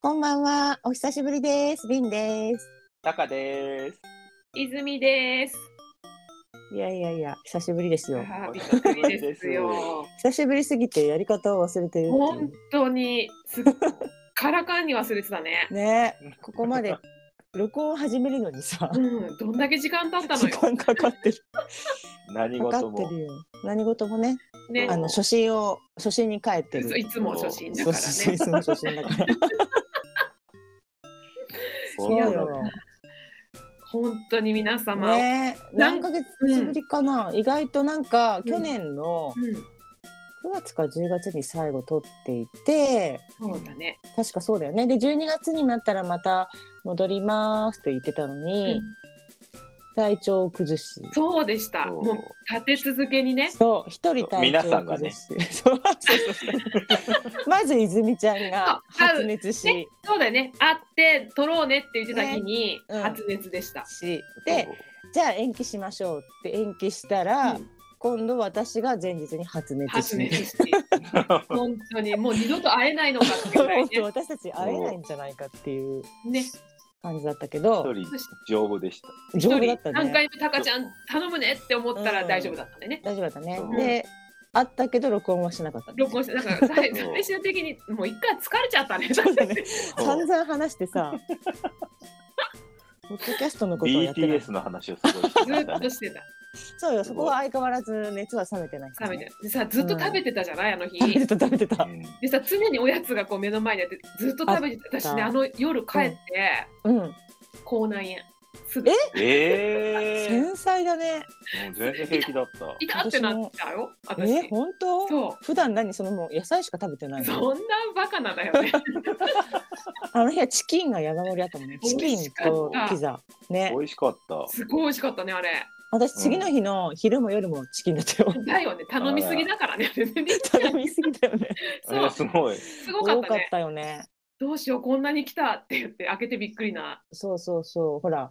こんばんは。お久しぶりです。りんです。 タカです。 泉です。 いやいやいや、久しぶりですよ。 びっくりですよ。 久しぶりすぎてやり方を忘れてるっていう。 本当にすっからかんに忘れてたね。 ね、ここまで録音を始めるのにさ、 どんだけ時間経ったのよ。 時間かかってる。 何かか事も。 ってるよ。何事もね。 ね、 初心に帰ってる。 いつも初心だからね。 そういつも初心だから。 そうよ。 本当に皆様。 ね、何ヶ月ぶりかな。意外となんか去年の9月か10月に最後撮っていて、 そうだね。 確かそうだよね。で12月になったらまた戻りますと言ってたのに、体調を崩し。 そうでした。もう立て続けにね。 そう一人体調を崩し。そうまず泉ちゃんが発熱し、 そうだよね。会って撮ろうねって言ってた日に発熱でした。 で、じゃあ延期しましょうって延期したら。今度私が前日に発熱し本当にもう二度と会えないのかっていうぐらいね。 私たち会えないんじゃないかっていうね感じだったけど、 一人丈夫でした。 丈夫だったね。 何回目タカちゃん頼むねって思ったら大丈夫だったね。 大丈夫だったね。で、あったけど録音はしなかった。 録音して、だから最終的にもう一回疲れちゃったね。 散々話してさ。ポッドキャストのことをやってない。 BTS の話をすごいずっとしてた。 そうよ、そこは相変わらず熱は冷めてない、 冷めてでさ、ずっと食べてたじゃない、あの日。 食べてた。 でさ、常におやつがこう目の前にあってずっと食べてたしね、夜帰って口内炎すぐ。 繊細だね。 全然平気だった。 いたってなっちゃうよ、私。 本当？そう。普段もう野菜しか食べてないの？ そんなバカなんだよね。 あの日はチキンが山盛りあったもんね。チキンとピザね。 美味しかった。 すごい美味しかったね、あれ。 私次の日の昼も夜もチキンだったよ。 だよね、頼みすぎだからね。 頼みすぎだよね。 そう、 すごい。 すごかったね。 多かったよね。 どうしよう、こんなに来たって言って開けてびっくりな。 そうそうそう、ほら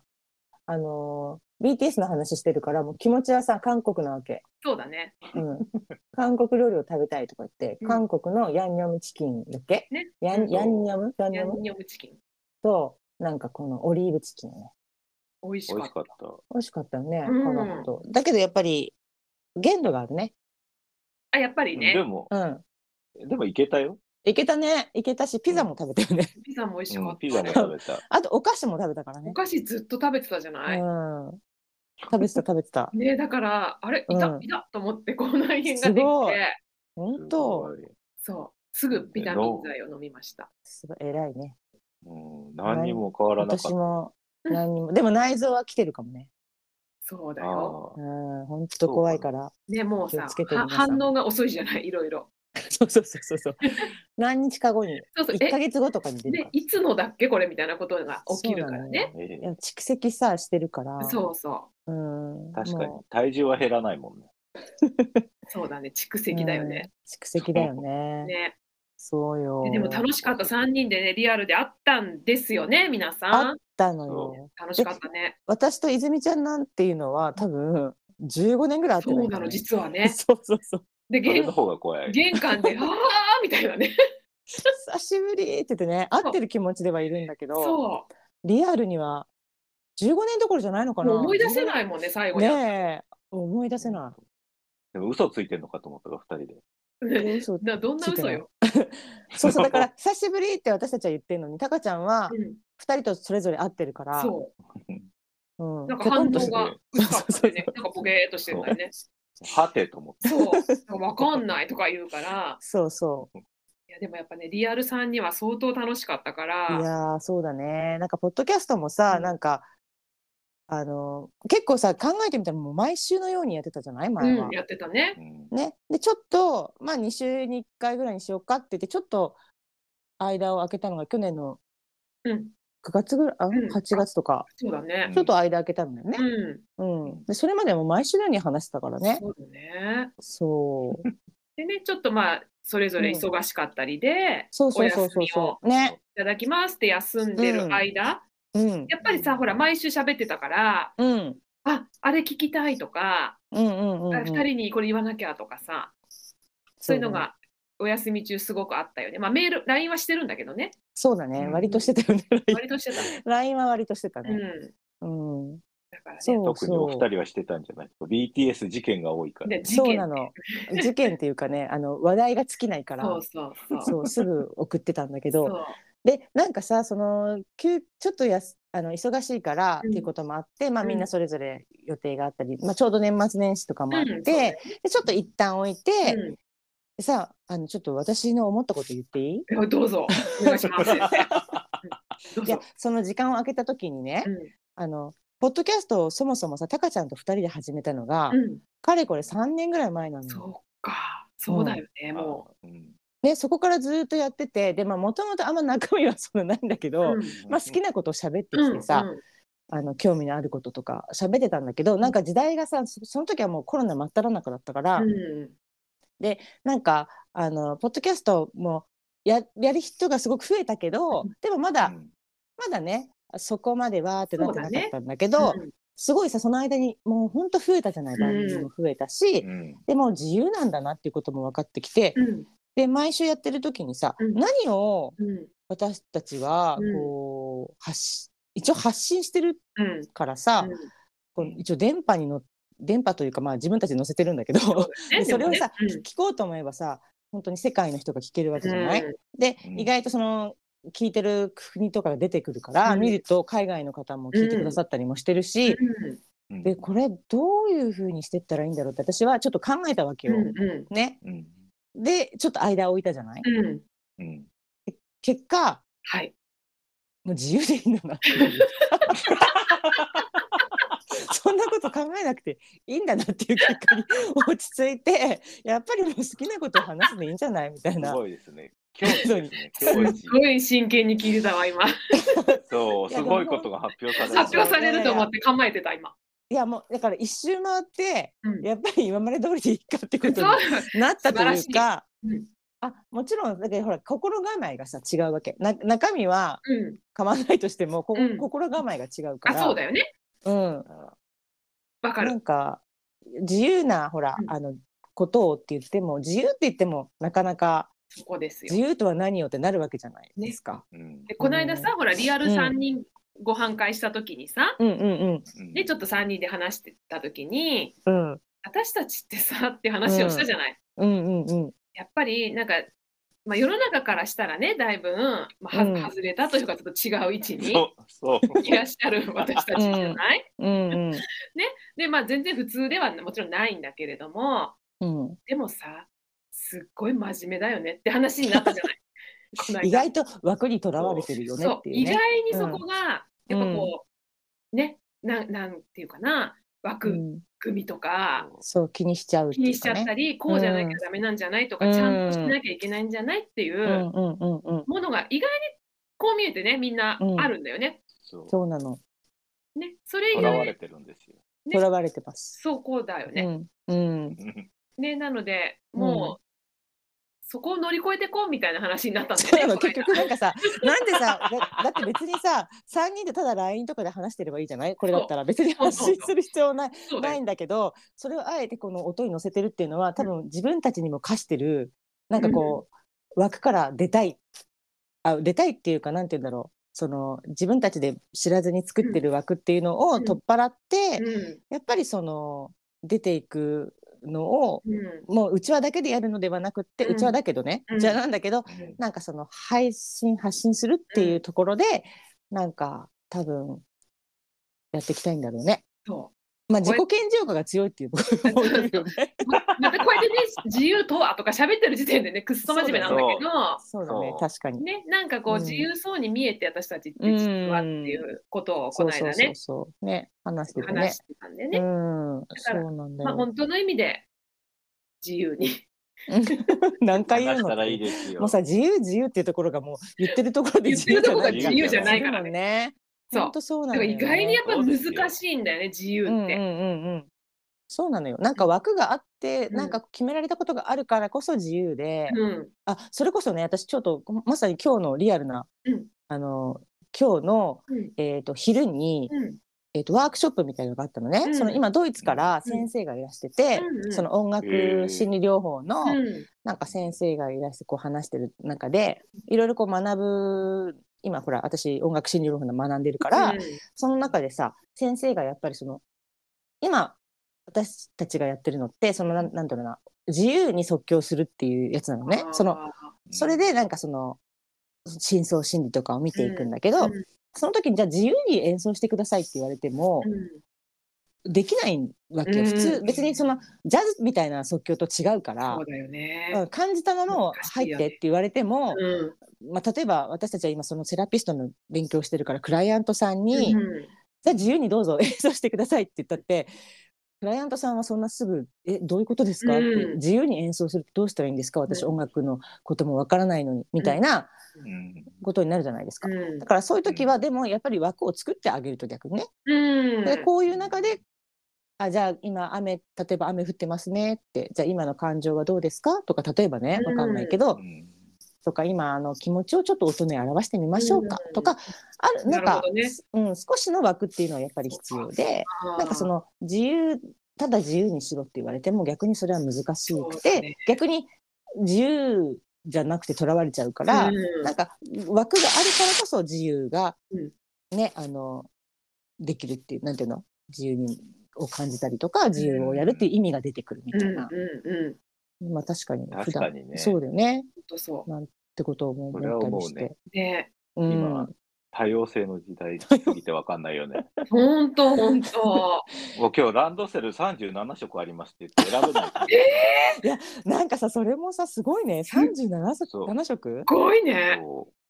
BTS の話してるからもう気持ちはさ韓国なわけ。 そうだね。 韓国料理を食べたいとか言って、韓国のヤンニョムチキンだっけ？ヤンニョムチキンとなんかこのオリーブチキンね。 美味しかった。 美味しかったよね。だけどやっぱり限度があるね。 あ、やっぱりね。 でもいけたよ。 いけたね。いけたし、ピザも食べたよね。 ピザも美味しかった。 ピザも食べた。 あとお菓子も食べたからね。 お菓子ずっと食べてたじゃない。 食べてた。 ね、だからあれいたと思って口内炎ができて。 本当。 そう、すぐビタミン剤を飲みました。 すごい偉いね。 何にも変わらなかった。 私も何にも。でも内臓は来てるかもね。 そうだよ。 本当怖いから。 ね、もうさ、反応が遅いじゃない、いろいろ。 そう。何日か後に、1ヶ月後とかに出るから。 いつのだっけこれみたいなことが起きるからね。 蓄積さしてるから。 そうそう。 確かに体重は減らないもんね。 そうだね、蓄積だよね。 蓄積だよね。 ね。 そうよ。 でも楽しかった。3人でね、リアルで会ったんですよね、皆さん。 会ったのよ。 楽しかったね。 私と泉ちゃんなんていうのは多分15年ぐらい会ってない。 そうなの、実はね。 そう。 で、玄関で、ああみたいなね。 久しぶりって言ってね、会ってる気持ちではいるんだけど、リアルには15年どころじゃないのかな。 思い出せないもんね、最後に。 ねえ、思い出せない。 でも嘘ついてんのかと思ったが、2人で。 どんな嘘よ。 そうだから久しぶりって私たちは言ってるのに、タカちゃんは2人とそれぞれ会ってるから。 そう。なんか反応が薄かったね。なんかボケーっとしてるんだよね。 はてと思って。 そう、わかんないとか言うから。 そう。 いやでもやっぱね、リアルさんには相当楽しかったから。 いやそうだね。なんかポッドキャストもさ、なんか結構さ考えてみたらもう毎週のようにやってたじゃない？前は。 やってたね。 でちょっと2週に1回ぐらいにしようかって言ってちょっと間を空けたのが去年の9月ぐらい、8月とか。 そうだね。 ちょっと間空けたんだよね。でそれまでも毎週のように話してたからね。 そうだね。 そう。 でね、ちょっとそれぞれ忙しかったりで、 お休みをいただきますって休んでる間、やっぱりさ、ほら毎週喋ってたから、あれ聞きたいとか、2人にこれ言わなきゃとかさ、そういうのがお休み中すごくあったよね。まあメール、LINE はしてるんだけどね。 そうだね、割としてたよね。 割としてたね。 LINE は割としてたね。 うん。だからね。 特にお二人はしてたんじゃないですか。BTS 事件が多いから。 そうなの。事件っていうかね、話題が尽きないから、そうすぐ送ってたんだけど、でなんかさ、ちょっと忙しいからっていうこともあって、まあみんなそれぞれ予定があったり、まあちょうど年末年始とかもあって、でちょっと一旦置いて、でさ、ちょっと私の思ったこと言っていい？ どうぞ。お願いします。 いや、その時間を空けた時にね、ポッドキャストをそもそもさ、タカちゃんと2人で始めたのが、かれこれ3年ぐらい前なのよ。 そうか、そうだよね、もう。 でそこからずっとやってて、でもともとあんま中身はそんなないんだけど、まあ好きなことを喋ってきてさ、興味のあることとか喋ってたんだけど、なんか時代がさ、その時はもうコロナ真っ只中だったから、でなんかポッドキャストもやる人がすごく増えたけど、でもまだねそこまではってなってなかったんだけど、すごいさ、その間にもうほんと増えたじゃない、番組も増えたし、でも自由なんだなっていうことも分かってきて、で毎週やってる時にさ、何を私たちはこう一応発信してるからさ、一応電波というか、まあ自分たちで載せてるんだけど、それをさ、聞こうと思えばさ、本当に世界の人が聞けるわけじゃない。で意外とその聞いてる国とかが出てくるから、見ると海外の方も聞いてくださったりもしてるし、でこれどういう風にしてったらいいんだろうって私はちょっと考えたわけよ、ね。でちょっと間を置いたじゃない。結果、もう自由でいいんだなっていうそんなこと考えなくていいんだなっていう結果に落ち着いて、やっぱりもう好きなことを話すでいいんじゃないみたいな。 すごいですね。すごい真剣に聞いてたわ今。 そう、すごいことが発表されると思って構えてた今。 いやもうだから一周回って、やっぱり今まで通りでいいかってことになったというか、もちろんだけどほら心構えがさ違うわけ。中身は構わないとしても、心構えが違うから。 そうだよね。 わかる。なんか自由なほら、ことをって言っても、自由って言ってもなかなかそこですよ。 自由とは何よってなるわけじゃないですか。 でこの間さ、ほらリアル3人ご飯会した時にさ、でちょっと3人で話してた時に、私たちってさって話をしたじゃない。やっぱりなんか、まあ、世の中からしたらね、だいぶ、外れたというかちょっと違う位置にいらっしゃる私たちじゃない。ね、でまあ全然普通ではもちろんないんだけれども、でもさ、すっごい真面目だよねって話になったじゃない。 意外と枠にとらわれてるよねっていうね。 意外にそこが、やっぱこう、ね、なんていうかな、枠組みとか、 そう気にしちゃうっていうかね。 気にしちゃったり、こうじゃなきゃダメなんじゃないとか、ちゃんとしなきゃいけないんじゃないっていうものが意外にこう見えてね、みんなあるんだよね。 そうなの。 ね、それ以外とらわれてるんですよ。 とらわれてます。 そうこうだよね。ね、なのでもうそこを乗り越えてこうみたいな話になったんだよね。 結局なんかさ、なんでさ、だって別にさ、3人でただ LINE とかで話してればいいじゃない？これだったら別に発信する必要ないんだけど、それをあえてこの音に乗せてるっていうのは、多分自分たちにも課してる、なんかこう、枠から出たいっていうか、なんて言うんだろう。その自分たちで知らずに作ってる枠っていうのを取っ払って、やっぱりその出ていくのを、もううちわだけでやるのではなくって、うちわだけどね、うちわなんだけど、なんかその発信するっていうところで、なんか多分やっていきたいんだろうね。まあ自己顕示欲が強いっていうことも言うよね。 またこうやってね、自由とはとか喋ってる時点でね、くっそ真面目なんだけど、 そうだね、確かに。 ね、なんかこう自由そうに見えて私たちって実はっていうことをこの間ね、 話してたんでね。 そうなんだよ。 まあ本当の意味で自由に。 何回言うの？もうさ、自由っていうところがもう言ってるところで自由じゃないからね。そう。意外にやっぱ難しいんだよね、自由って。 そうなのよ。なんか枠があって、なんか決められたことがあるからこそ自由で、それこそね、私ちょっとまさに今日のリアルな、今日の昼にワークショップみたいなのがあったのね、その今ドイツから先生がいらしてて、その音楽心理療法のなんか先生がいらしてこう話してる中でいろいろこう学ぶ。今ほら私音楽心理療法の学んでるから、その中でさ先生がやっぱりその今私たちがやってるのってそのなんだろうな、自由に即興するっていうやつなのね。それでなんかその深層心理とかを見ていくんだけど、その時にじゃあ自由に演奏してくださいって言われても、できないわけよ。普通別にそのジャズみたいな即興と違うから、 そうだよね、 感じたものを入ってって言われても、まあ、例えば私たちは今そのセラピストの勉強してるからクライアントさんに、じゃあ自由にどうぞ演奏してくださいって言ったってクライアントさんはそんなすぐどういうことですかって、自由に演奏するってどうしたらいいんですか、私音楽のこともわからないのにみたいなことになるじゃないですか。だからそういう時はでもやっぱり枠を作ってあげると逆にね、でこういう中でじゃあ今例えば雨降ってますねって、じゃあ今の感情はどうですかとか、例えばねわかんないけど、とか今気持ちをちょっと音で表してみましょうかとか、なんか、少しの枠っていうのはやっぱり必要で、なんかそのただ自由にしろって言われても逆にそれは難しくて、逆に自由じゃなくてとらわれちゃうから、なんか枠があるからこそ自由がね、できるっていう、なんていうの、自由を感じたりとか自由をやるっていう意味が出てくるみたいな。まあ確かに普段ね、そうだよね。なんてことを思ったりして。 今多様性の時代すぎてわかんないよね。 本当。もう今日ランドセル37色ありますって言って選べない。 いやなんかさそれもさすごいね、37色。 すごいね。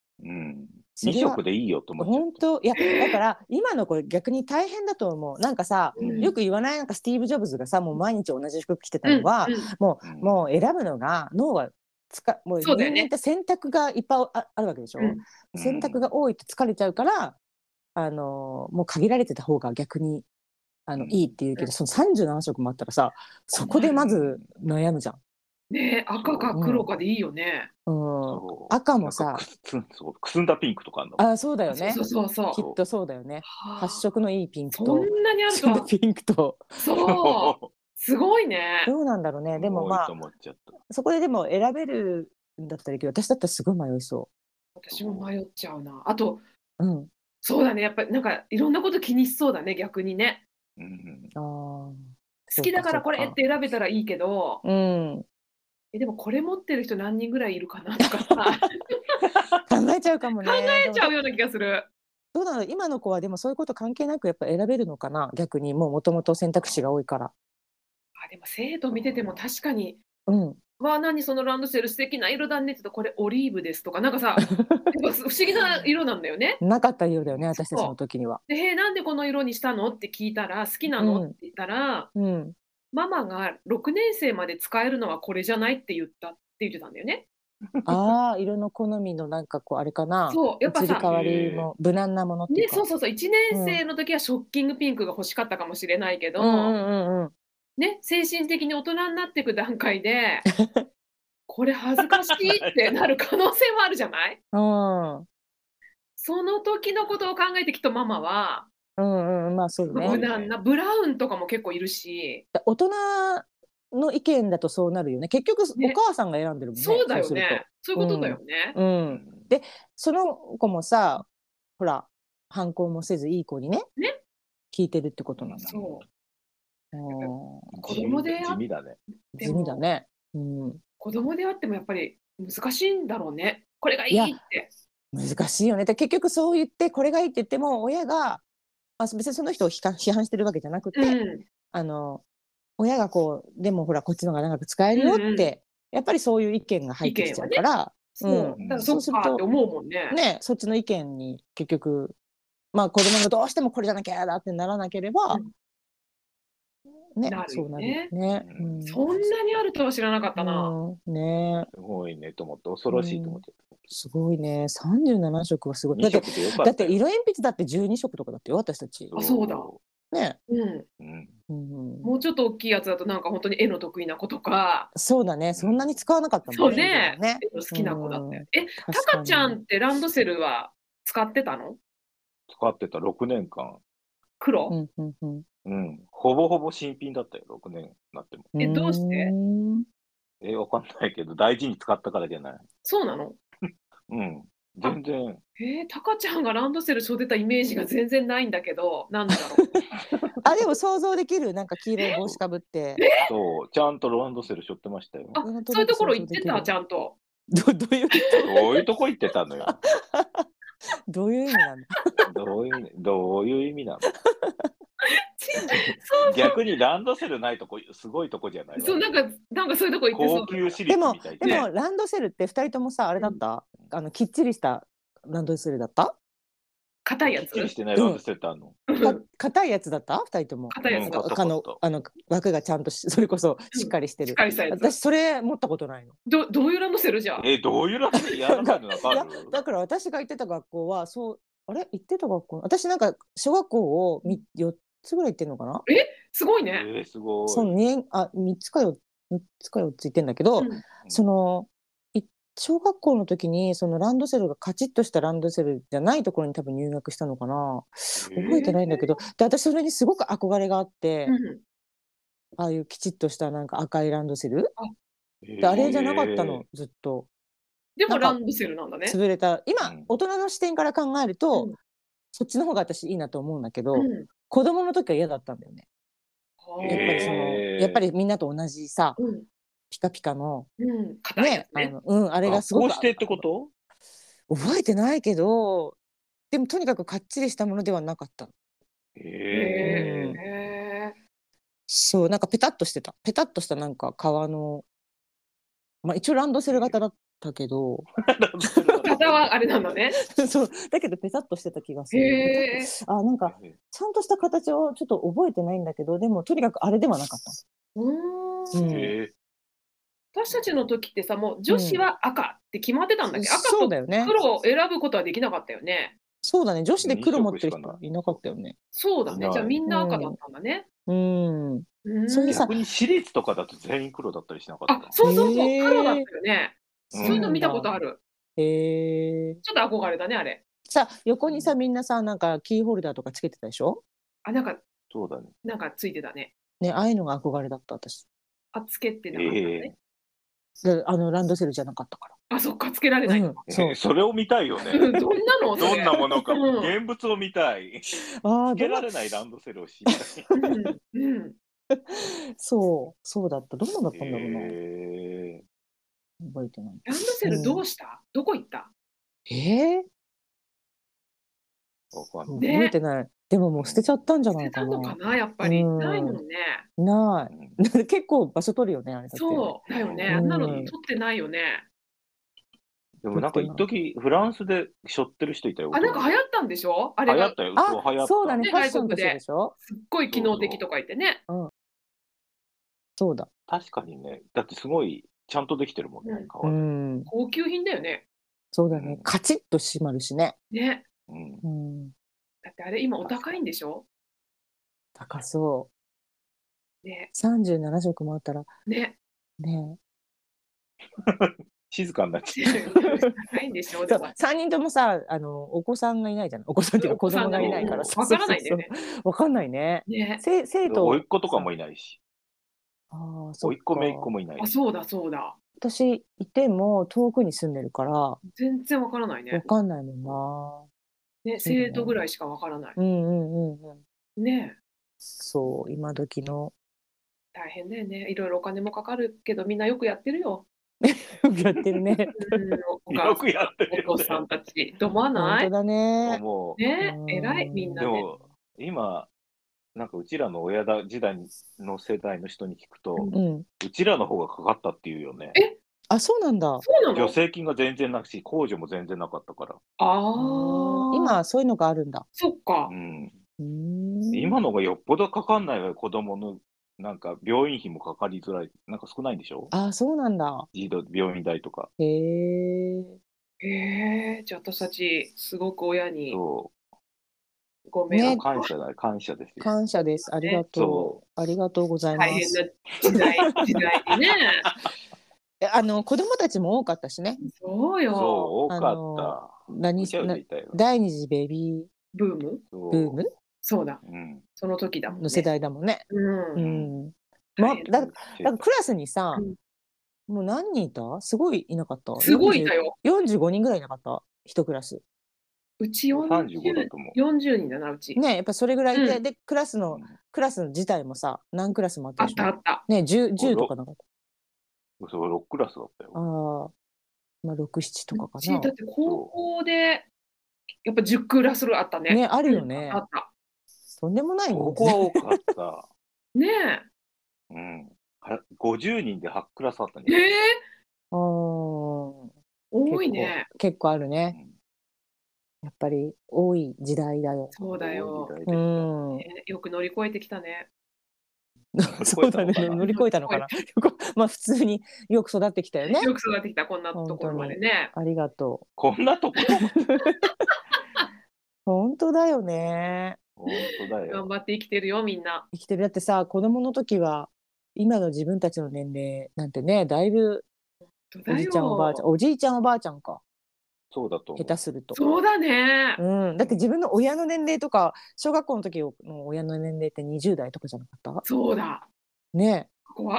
2色でいいよと思っちゃう。 本当、いやだから今の子逆に大変だと思う。なんかさ、よく言わない、なんかスティーブ・ジョブズがさもう毎日同じ服着てたのは、もう選ぶのが脳はもう人間って選択がいっぱいあるわけでしょ、選択が多いと疲れちゃうから、もう限られてた方が逆にいいって言うけど、その37色もあったらさそこでまず悩むじゃん。 ね、赤か黒かでいいよね。 赤もさくすんだピンクとかあるの。 そうだよね。 そうきっとそうだよね。発色のいいピンクとそんなにあるとピンクとそうすごいね。 どうなんだろうね。でもまあそこででも選べるんだったらいいけど、私だったらすごい迷いそう。 私も迷っちゃうな。あと、そうだね、やっぱりなんかいろんなこと気にしそうだね、逆にね。好きだからこれって選べたらいいけど、でもこれ持ってる人何人ぐらいいるかなとかさ考えちゃうかもね。 考えちゃうような気がする。 どうなの、今の子はでもそういうこと関係なくやっぱ選べるのかな、逆にもともと選択肢が多いから。 でも生徒見てても確かに、わあ何そのランドセル素敵な色だねって言うと、これオリーブですとかなんかさ不思議な色なんだよね。 なかった色だよね、私たちの時には。 でなんでこの色にしたのって聞いたら、好きなのって言ったら、ママが6年生まで使えるのはこれじゃないって言ったって言ってたんだよね。 色の好みのなんかこうあれかな、 そうやっぱさ移り変わりも無難なものっていうか、 そう1年生の時はショッキングピンクが欲しかったかもしれないけど、精神的に大人になっていく段階でこれ恥ずかしいってなる可能性もあるじゃない。その時のことを考えてきっとママはまあそうね、 無難なブラウンとかも結構いるし、 大人の意見だとそうなるよね。結局お母さんが選んでるもんね。 そうだよね。そういうことだよね。 でその子もさほら反抗もせずいい子にね聞いてるってことなんだ。 子供で地味だね。 地味だね。 子供であってもやっぱり難しいんだろうね。これがいいって難しいよね。で結局そう言ってこれがいいって言っても親が、別にその人を批判してるわけじゃなくて、親がこうでもほらこっちの方が長く使えるよって、やっぱりそういう意見が入ってきちゃうから、 そうすると思うもんね。 そっちの意見に結局子供がどうしてもこれじゃなきゃだってならなければ、そうなるね。 そんなにあるとは知らなかったな。 すごいねと思って、恐ろしいと思って。 すごいね、37色はすごい。だって色鉛筆だって12色とかだってよ、私たち。 そうだね。 もうちょっと大きいやつだとなんか本当に絵の得意な子とか。 そうだね、そんなに使わなかったもんね。 好きな子だって。タカちゃんってランドセルは使ってたの？ 使ってた、6年間黒。 ほぼほぼ新品だったよ、6年になっても。 どうして？ わかんないけど、大事に使ったからじゃない。 そうなの？ 全然。 タカちゃんがランドセル背負ってたイメージが全然ないんだけど、なんだろう。でも想像できる、なんか黄色い帽子かぶって。 そう、ちゃんとランドセル背負ってましたよ。 そういうところ行ってた、ちゃんと。 どういうとこ行ってたのよ。 どういう意味なの？ どういう意味なの？逆にランドセルないとこすごいとこじゃない？ そう、なんかそういうとこ行ってそう。 高級私立みたいでもランドセルって2人ともさ、あれだった？きっちりしたランドセルだった？ 硬いやつ？ きっちりしてないランドセルってあるの？ 硬いやつだった？2人とも。 硬いやつだった。 枠がちゃんとそれこそしっかりしてる。私それ持ったことないの。 どういうランドセルじゃ？ どういうランドセルやらないの？ だから私が行ってた学校は行ってた学校、私なんか小学校を4つぐらい行ってんのかな？ すごいね。 すごい。3つか4つ行ってんだけど、小学校の時にそのランドセルがカチッとしたランドセルじゃないところに多分入学したのかな、覚えてないんだけど、で私それにすごく憧れがあって、ああいうきちっとしたなんか赤いランドセル、あれじゃなかったのずっと。 でもランドセルなんだね。 潰れた今、大人の視点から考えると、そっちの方が私いいなと思うんだけど、子供の時は嫌だったんだよね。やっぱりみんなと同じさ、ピカピカの、あれがすごく。 こうしてってこと？ 覚えてないけど、でもとにかくかっちりしたものではなかった。そう、なんかペタッとしてた。ペタッとしたなんか革の、一応ランドセル型だったけど。 型はあれなんだね。 そう、だけどペタッとしてた気がする。なんかちゃんとした形をちょっと覚えてないんだけど、でもとにかくあれではなかった。 私たちの時ってさ、もう女子は赤って決まってたんだけど、赤と黒を選ぶことはできなかったよね。 そうだね、女子で黒持ってる人いなかったよね。 そうだね、じゃあみんな赤だったんだね。 逆に私立とかだと全員黒だったりしなかった？ そう、黒だったよね。そういうの見たことある。ちょっと憧れだね、あれ。 さ、横にさ、みんなさ、なんかキーホルダーとかつけてたでしょ？ なんか、 そうだね。 なんかついてたね。 ね、ああいうのが憧れだった、私。 つけてなかったね。 ランドセルじゃなかったから。 そっか、つけられないのか。 それを見たいよね。 どんなの？ どんなものか、現物を見たい。つけられないランドセルを知りたい。 そうだった。どんなだったんだろうな。覚えてない。 ランドセルどうした？どこ行った？ 覚えてない。でももう捨てちゃったんじゃないかな。 捨てたのかな、やっぱり。ないもんね。 ない。結構場所取るよね、あれだって。 そうだよね。あんなの取ってないよね。 でもなんか一時フランスで背負ってる人いたよ。 なんか流行ったんでしょ？あれが。 流行ったよ。流行った。 そうだね、ファッションとしてでしょ？ すっごい機能的とか言ってね。 そうだ。 確かにね。だってすごいちゃんとできてるもんね。 高級品だよね。 そうだね。カチッと締まるしね。 ね。だってあれ今お高いんでしょ？ 高そう。 ね。 37色もあったら。 ね。 静かになっちゃう。 高いんでしょう。 3人ともさ、お子さんがいないじゃん。お子さんっていうか子供がいないからさ。 わからないんだよね。 わかんないね。生徒。 甥っ子とかもいないし。甥っ子姪っ子もいない。 そうだ。 私いても遠くに住んでるから。 全然わからないね。 わかんないもんな。 ね、生徒ぐらいしかわからない。ね。 そう、今時の。 大変だよね。いろいろお金もかかるけど、みんなよくやってるよ。 よくやってるね。 よくやってるよ。 お父さんたち。と思わない？ 本当だね。 ね、偉い、みんなね。 でも、今、なんかうちらの親時代の世代の人に聞くと、うちらの方がかかったっていうよね。 そうなんだ。 助成金が全然なくし、控除も全然なかったから。 今そういうのがあるんだ。 そっか。 今のがよっぽどかかんないわよ、子供の。なんか病院費もかかりづらい。なんか少ないんでしょ？ そうなんだ。 病院代とか。 じゃあ私たち、すごく親に。ごめん。 感謝ですよ。 感謝です。ありがとう。ありがとうございます。 大変な時代にね。 子供たちも多かったしね。 そうよ。 多かった。 第二次ベビーブーム？ そうだ。その時だもんね。 の世代だもんね。だからクラスにさ、もう何人いた？すごいいなかった？ すごいいたよ。 45人ぐらいいなかった？一クラス。 うち40人だな、うち。 ね、やっぱそれぐらいで、で、クラスの自体もさ、何クラスもあったでしょ。 あった。 ね、10とかなかった。 そう、6クラスだったよ。 ああ、まあ6、7とかかな。 だって高校で、やっぱ10クラスあったね。 ね、あるよね。 あった。 とんでもないここは多かった。 ねえ。50人で8クラスあったね。 多いね。 結構あるね。やっぱり多い時代だよ。 そうだよ。よく乗り越えてきたね。 そうだね、乗り越えたのかな。まあ普通によく育ってきたよね。 よく育ってきた、こんなところまでね。 ありがとう。 こんなところ本当だよね。 本当だよ。 頑張って生きてるよ、みんな。 生きてる。だってさ、子供の時は今の自分たちの年齢なんてね、だいぶおじいちゃんおばあちゃん、おじいちゃんおばあちゃんか。 そうだと下手すると。 そうだね。 だって自分の親の年齢とか、小学校の時の親の年齢って20代とかじゃなかった？ そうだ。 ね。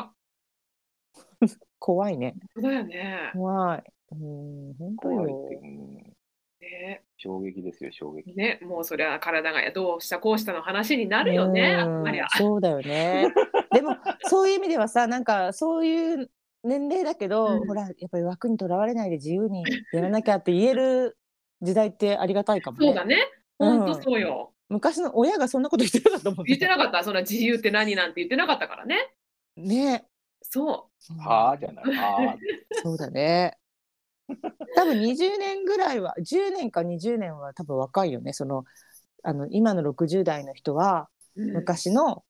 怖いね。 そうだよね。 怖い。本当よ。 ね、 衝撃ですよ、衝撃。 ね、もうそりゃ体がどうしたこうしたの話になるよね。 そうだよね。でもそういう意味ではさ、なんかそういう年齢だけど、ほらやっぱり枠にとらわれないで自由にやらなきゃって言える時代ってありがたいかもね。 そうだね。本当そうよ。 昔の親がそんなこと言ってなかったもんね。 言ってなかった。そんな自由って何なんて言ってなかったからね。 ね。 そう。 はあじゃない。 そうだね。多分20年ぐらいは、10年か20年は多分若いよね。今の60代の人は昔の、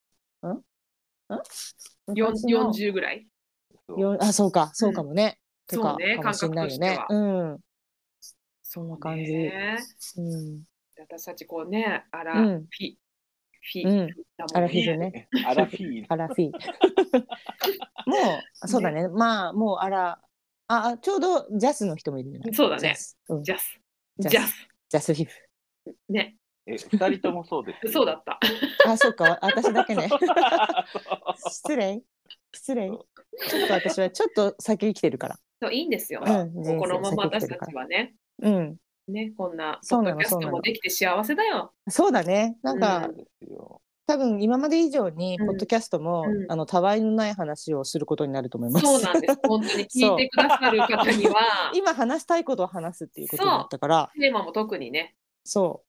40ぐらい。 そうかもね。 とかかもしれないよね。 そんな感じ。 私たちこうね、アラフィーね。 アラフィー。 もうそうだね。まあもうちょうどジャスの人もいるよね。 そうだね。ジャス皮膚。 ね。 2人ともそうです。 そうだった。 そうか、私だけね。失礼。ちょっと私はちょっと先生きてるから。 そう、いいんですよ。このまま私たちはね。ね、こんなポッドキャストもできて幸せだよ。 そうだね。なんか、多分今まで以上にポッドキャストもたわいのない話をすることになると思います。 そうなんです。本当に聞いてくださる方には今話したいことを話すっていうことになったから。 テーマも特にね。 そう。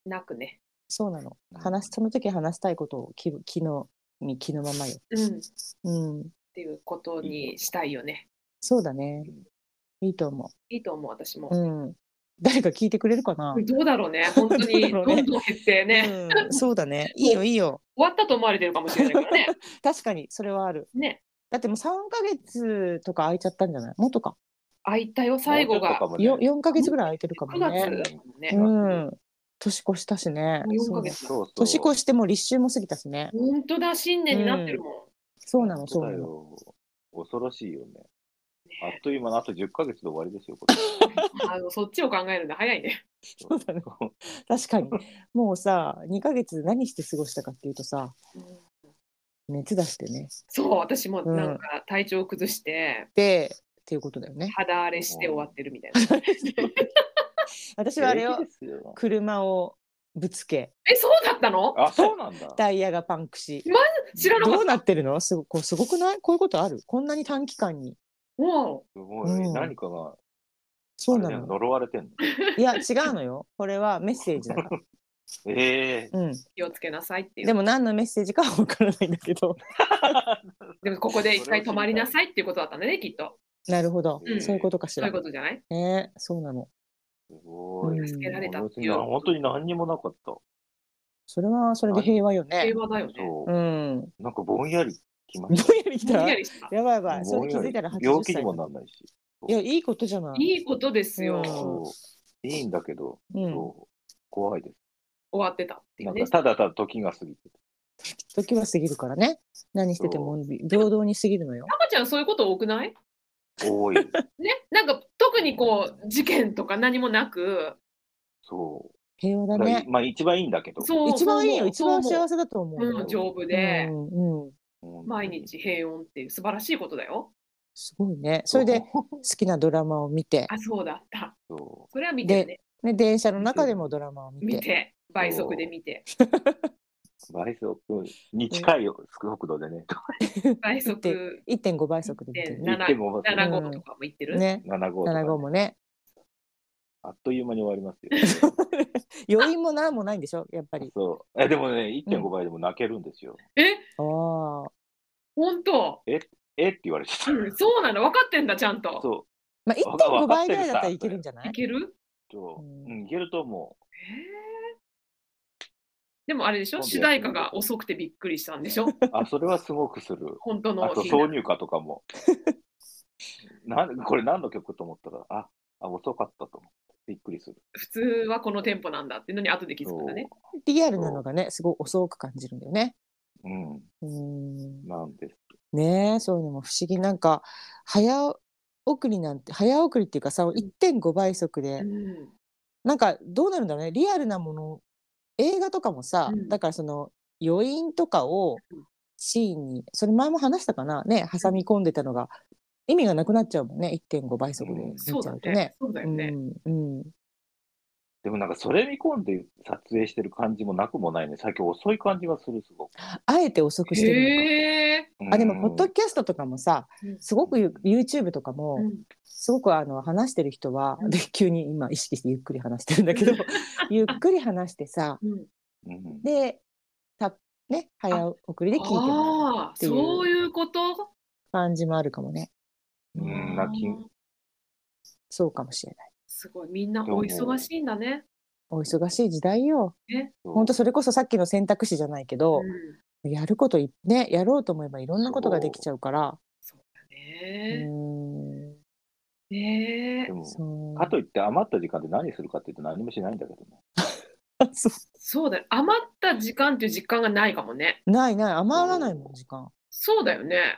なくね。 そうなの。その時話したいことを気のままよ。 っていうことにしたいよね。 そうだね。いいと思う。 いいと思う、私も。 誰か聞いてくれるかな。 どうだろうね。本当にどんどん減ってね。 そうだね。いいよいいよ。 終わったと思われてるかもしれないからね。 確かにそれはある。 ね。 だってもう3ヶ月とか空いちゃったんじゃない？もっとか。 空いたよ、最後が。 4ヶ月ぐらい空いてるかもね。 9月ね。年越したしね。年越しても立秋も過ぎたしね。 本当だ、新年になってるもん。 そうなの、そうなの。 恐ろしいよね。あっという間のあと10ヶ月で終わりですよ。 そっちを考えるの早いね。 そうだね。確かに。もうさ、2ヶ月何して過ごしたかっていうとさ、熱出してね。 そう、私もなんか体調崩して、 っていうことだよね。 肌荒れして終わってるみたいな。 私はあれを車をぶつけ。 そうだったの？ あ、そうなんだ。 タイヤがパンクし。 知らなかった。 どうなってるの？すごくない？こういうことある？こんなに短期間に。 すごい。何かが。 そうなの。 呪われてんの？ いや、違うのよ。これはメッセージだから。 気をつけなさいっていう。 でも何のメッセージかは分からないんだけど。 でもここで一回止まりなさいっていうことだったんだね、きっと。 なるほど。そういうことかしら。 そういうことじゃない？ そうなの。 すごい。 助けられたっていう。 本当に何にもなかった。 それはそれで平和よね。 平和だよね。 なんかぼんやりきました。ぼんやりきた。やばいやばい。それ気づいたら80歳。 病気にもならないし。 いや、いいことじゃない。 いいことですよ。 いいんだけど、怖いです。 終わってたっていうね。 ただ時が過ぎてた。時は過ぎるからね。何してても平等に過ぎるのよ。 赤ちゃんそういうこと多くない？ 多い。 ね、なんか特にこう事件とか何もなく。 そう。 平和だね。 まあ一番いいんだけど。 一番いいよ。一番幸せだと思う。 丈夫で、毎日平穏っていう素晴らしいことだよ。 すごいね。それで好きなドラマを見て。 あ、そうだった。それは見てね。 ね、電車の中でもドラマを見て。 倍速で見て。 倍速に近い速度でね。 倍速。 1.5 倍速で見てる。 7.5とかも言ってるね。7.5もね。 あっという間に終わりますよ。 余韻も何もないんでしょ、やっぱり。 そう。でもね、1.5 倍でも泣けるんですよ。 ああ。 本当。 って言われてた。 そうなの、分かってんだ、ちゃんと。 そう。 まあ、1.5 倍ぐらいだったらいけるんじゃない？ いける？ いけると思う。 でもあれでしょ、主題歌が遅くてびっくりしたんでしょ。 それはすごくする。 本当の。 あと挿入歌とかも。これ何の曲と思ったら、遅かったと思って。びっくりする。 普通はこのテンポなんだっていうのに後で気づくんだね。 リアルなのがね、すごい遅く感じるんだよね。 なんです。 ねえ、そういうのも不思議。なんか早送りっていうかさ、1.5 倍速で、なんかどうなるんだろうね。リアルなもの、映画とかもさ、だからその余韻とかをシーンに、それ前も話したかなね、挟み込んでたのが意味がなくなっちゃうもんね、1.5 倍速で見ちゃうとね。 そうだよね。 でもなんかそれ見込んで撮影してる感じもなくもないね。最近遅い感じがする、すごく。 あえて遅くしてるのか。でもポッドキャストとかもさ、すごくYouTube とかもすごく話してる人は、で急に今意識してゆっくり話してるんだけど、ゆっくり話してさ、でね、早送りで聞いてもらうっていう、 そういうこと感じもあるかもね。そうかもしれない。 すごい、みんなお忙しいんだね。 お忙しい時代よ。本当それこそさっきの選択肢じゃないけど、やることね、やろうと思えばいろんなことができちゃうから。 そうだね。 でもかといって余った時間で何するかっていうと何もしないんだけどね。 そうだよ。余った時間っていう実感がないかもね。 余らないもん、時間。 そうだよね。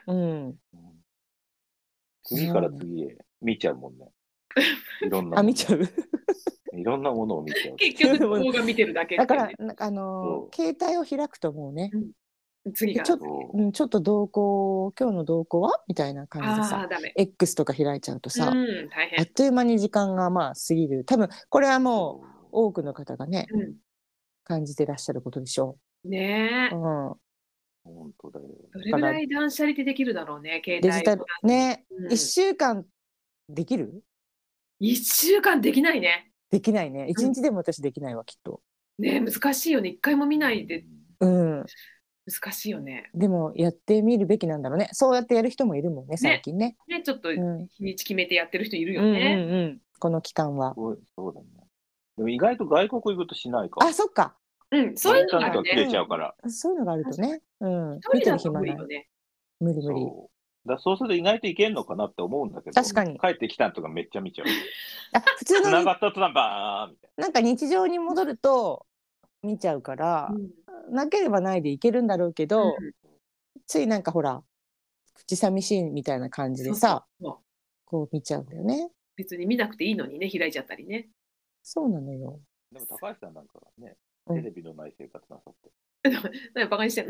次から次へ見ちゃうもんね。いろんな。 見ちゃう。 いろんなものを見ちゃう。 結局動画見てるだけ。 だから携帯を開くともうね。 次がちょっと今日の動向はみたいな感じでさ、X とか開いちゃうとさ、あっという間に時間が過ぎる。多分これはもう多くの方がね、感じてらっしゃることでしょう。 ねえ。 本当だよ。 どれぐらい断捨離ってできるだろうね、携帯デジタルね。1週間できる ？1週間できないね。 できないね。1日でも私できないわ、きっと。 ね、難しいよね。1回も見ないで。難しいよね。 でもやってみるべきなんだろうね。そうやってやる人もいるもんね、最近ね。 ちょっと日にち決めてやってる人いるよね。 この期間は。 そうだね。でも意外と外国行くとしないか。 そっか。 そういうのがあるね。 切れちゃうから。 そういうのがあるとね。 見てる暇ない。 無理。 そうすると意外といけんのかなって思うんだけど、 確かに帰ってきたとかめっちゃ見ちゃう。 普通の繋がったとバーンみたいな。なんか日常に戻ると見ちゃうから、なければないでいけるんだろうけど、ついなんかほら口寂しいみたいな感じでさ、こう見ちゃうんだよね。 別に見なくていいのにね、開いちゃったりね。 そうなのよ。 でも高橋さんなんかね、テレビのない生活なさって。 何バカにしてんの？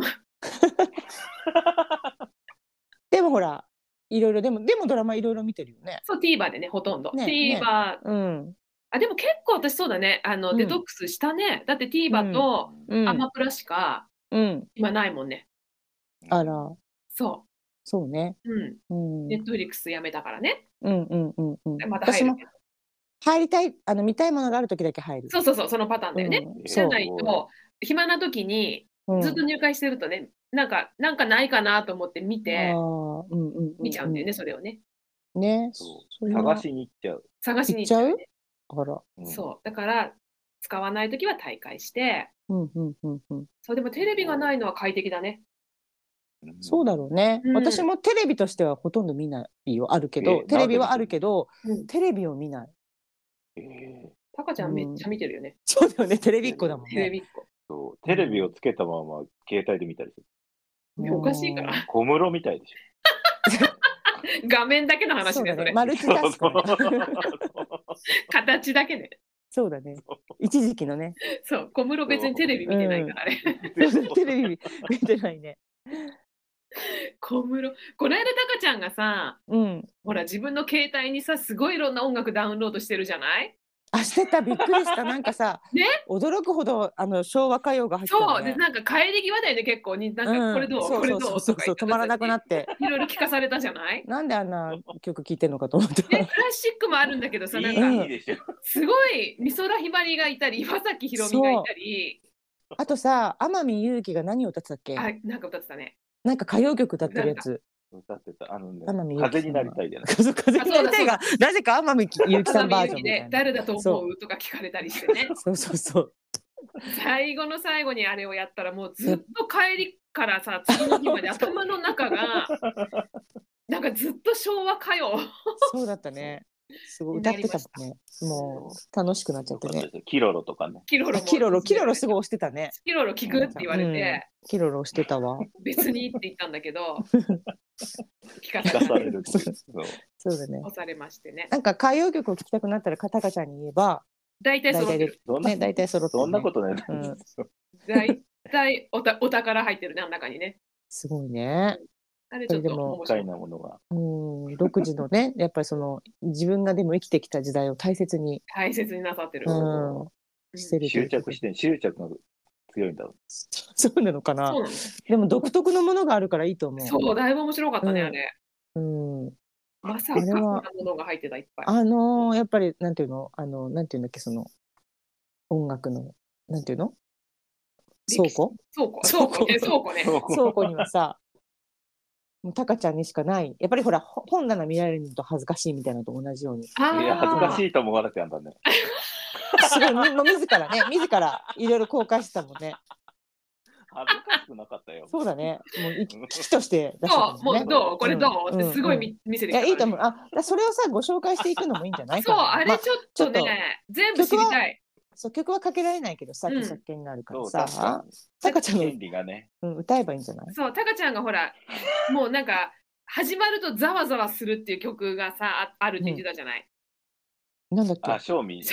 でもほら、いろいろでもドラマいろいろ見てるよね。 そう、TVer でね、ほとんど。TVer。でも結構私そうだね、デトックスしたね。だって TVer とアマプラしか今ないもんね。 あら。そうね。 Netflix やめたからね。 また入る。入りたい、見たいものがある時だけ入る。 そう、そのパターンだよね。じゃないと、暇な時にずっと入会してるとね、なんかないかなと思って見て、見ちゃうんだよね、それをね。 ね。 探しに行っちゃう。 探しに行っちゃう。 あら。 そう。だから、使わない時は退会して。そう、でもテレビがないのは快適だね。 そうだろうね。私もテレビとしてはほとんど見ないよ。あるけど、テレビはあるけど、テレビを見ない。 タカちゃんめっちゃ見てるよね。 そうだよね、テレビっ子だもんね。 テレビっ子。 そう、テレビをつけたまま携帯で見たりする。おかしいから。 小室みたいでしょ。 画面だけの話ね、それ。 マルチタスク。 形だけね。 そうだね。一時期のね。 そう、小室別にテレビ見てないからね。 テレビ見てないね。 小室、この間タカちゃんがさ、ほら自分の携帯にさ、すごいいろんな音楽ダウンロードしてるじゃない？ あ、してた、びっくりした。なんかさ、ね、驚くほど昭和歌謡が入ってたね。 そうで、なんか帰り際だよね、結構に、なんかこれどう、これどうとか止まらなくなって、 いろいろ聞かされたじゃない？ なんであんな曲聴いてんのかと思って。 クラシックもあるんだけどさ、なんかすごい美空ひばりがいたり、岩崎宏美がいたり、 あとさ、天海祐希が何を歌ってたっけ？ あ、なんか歌ってたね。 なんか歌謡曲歌ってるやつ。 歌ってた。風になりたいじゃない。 風になりたいが、なぜか天海祐希さんバージョンで誰だと思うとか聞かれたりしてね。 そう。 最後の最後にあれをやったらもうずっと帰りからさ、次の日まで頭の中がなんかずっと昭和歌謡。 そうだったね。すごい歌ってたもんね。もう楽しくなっちゃってね。 キロロとかね。 キロロすごい押してたね。 キロロ聞くって言われて。 キロロ押してたわ。 別にって言ったんだけど。 聞かされる。 そうだね。 押されましてね。 なんか歌謡曲を聴きたくなったらタカちゃんに言えば。 大体揃ってる。 大体揃ってる。 そんなことない。 大体お宝入ってるね、あん中にね。 すごいね。 あれちょっと面白いなものが。 独自のね、やっぱりその自分がでも生きてきた時代を大切になさってる。 執着が強いんだろう。 そうなのかな。でも独特のものがあるからいいと思う。 そう、だいぶ面白かったね、あれ。まさかそんなものが入ってた、いっぱい。 やっぱりなんていうの、なんていうんだっけ、その音楽のなんていうの、倉庫ね。倉庫にはさ、タカちゃんにしかない。やっぱりほら、本棚見られるのと恥ずかしいみたいなのと同じように。 いや、恥ずかしいと思われてあんだね。 すごい、自らいろいろ公開してたもんね。 恥ずかしくなかったよ。 そうだね。もう危機として出してたもんね。もうこれどうってすごい見せてきた。 いいと思う。それをさ、ご紹介していくのもいいんじゃないかな。 そう、あれちょっとね、全部知りたい。 そう、曲はかけられないけどさ、著作権があるからさ、タカちゃんの歌えばいいんじゃない？ そう、タカちゃんがほら、もうなんか始まるとざわざわするっていう曲がさ、あるって言ってたじゃない。 なんだっけ？ あ、ショーミー。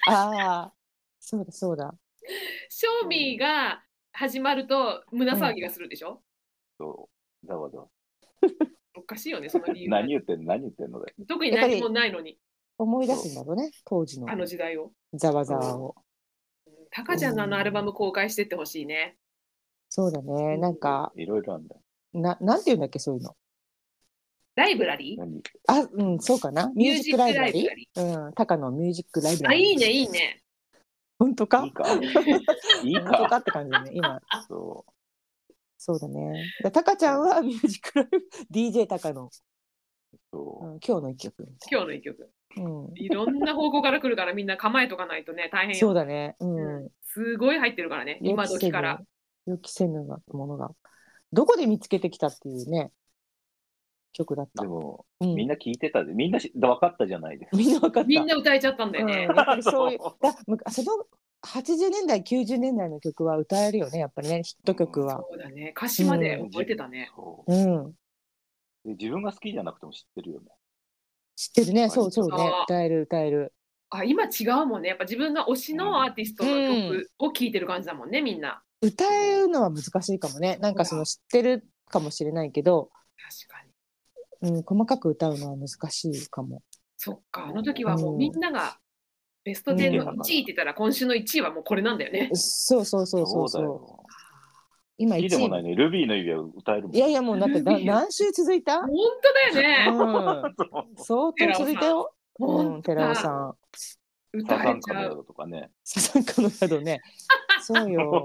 そうだ。 ショーミーが始まると胸騒ぎがするでしょ？ そう、ざわざわ。 おかしいよね、その理由。 何言ってんので。 特に何もないのに。 思い出すんだろうね、当時の。 あの時代を。 ざわざわを。 タカちゃんのアルバム公開してってほしいね。 そうだね、なんか。 いろいろあるんだ。 なんて言うんだっけ、そういうの。 ライブラリー？ そうかな。ミュージックライブラリー。タカのミュージックライブラリー。 いいね、いいね。 本当か？ いいか本当かって感じだね、今。そうだね。タカちゃんはミュージックライブ、DJ タカの。今日の一曲。いろんな方向から来るからみんな構えとかないとね、大変よ。 そうだね。 すごい入ってるからね、今時から。 予期せぬものが。どこで見つけてきたっていうね、曲だった。 でも、みんな聞いてたで、みんな分かったじゃないですか。 みんな分かった。 みんな歌えちゃったんだよね。 やっぱりそういう、その80年代、90年代の曲は歌えるよね、やっぱりね、ヒット曲は。 そうだね、歌詞まで覚えてたね。 自分が好きじゃなくても知ってるよね。 知ってるね、そうね、歌える。 今違うもんね、やっぱ自分が推しのアーティストの曲を聴いてる感じだもんね、みんな。 歌えるのは難しいかもね、なんかその知ってるかもしれないけど、 確かに。細かく歌うのは難しいかも。 そっか、あの時はもうみんながベスト10の1位って言ったら、今週の1位はもうこれなんだよね。 そう。今 1位でもないね、ルビーの指輪歌えるもん。 いやもうだって何週続いた？ 本当だよね。 相当続いたよ。寺尾さん。 歌えちゃうとかね。 サザンカの宿ね。そうよ。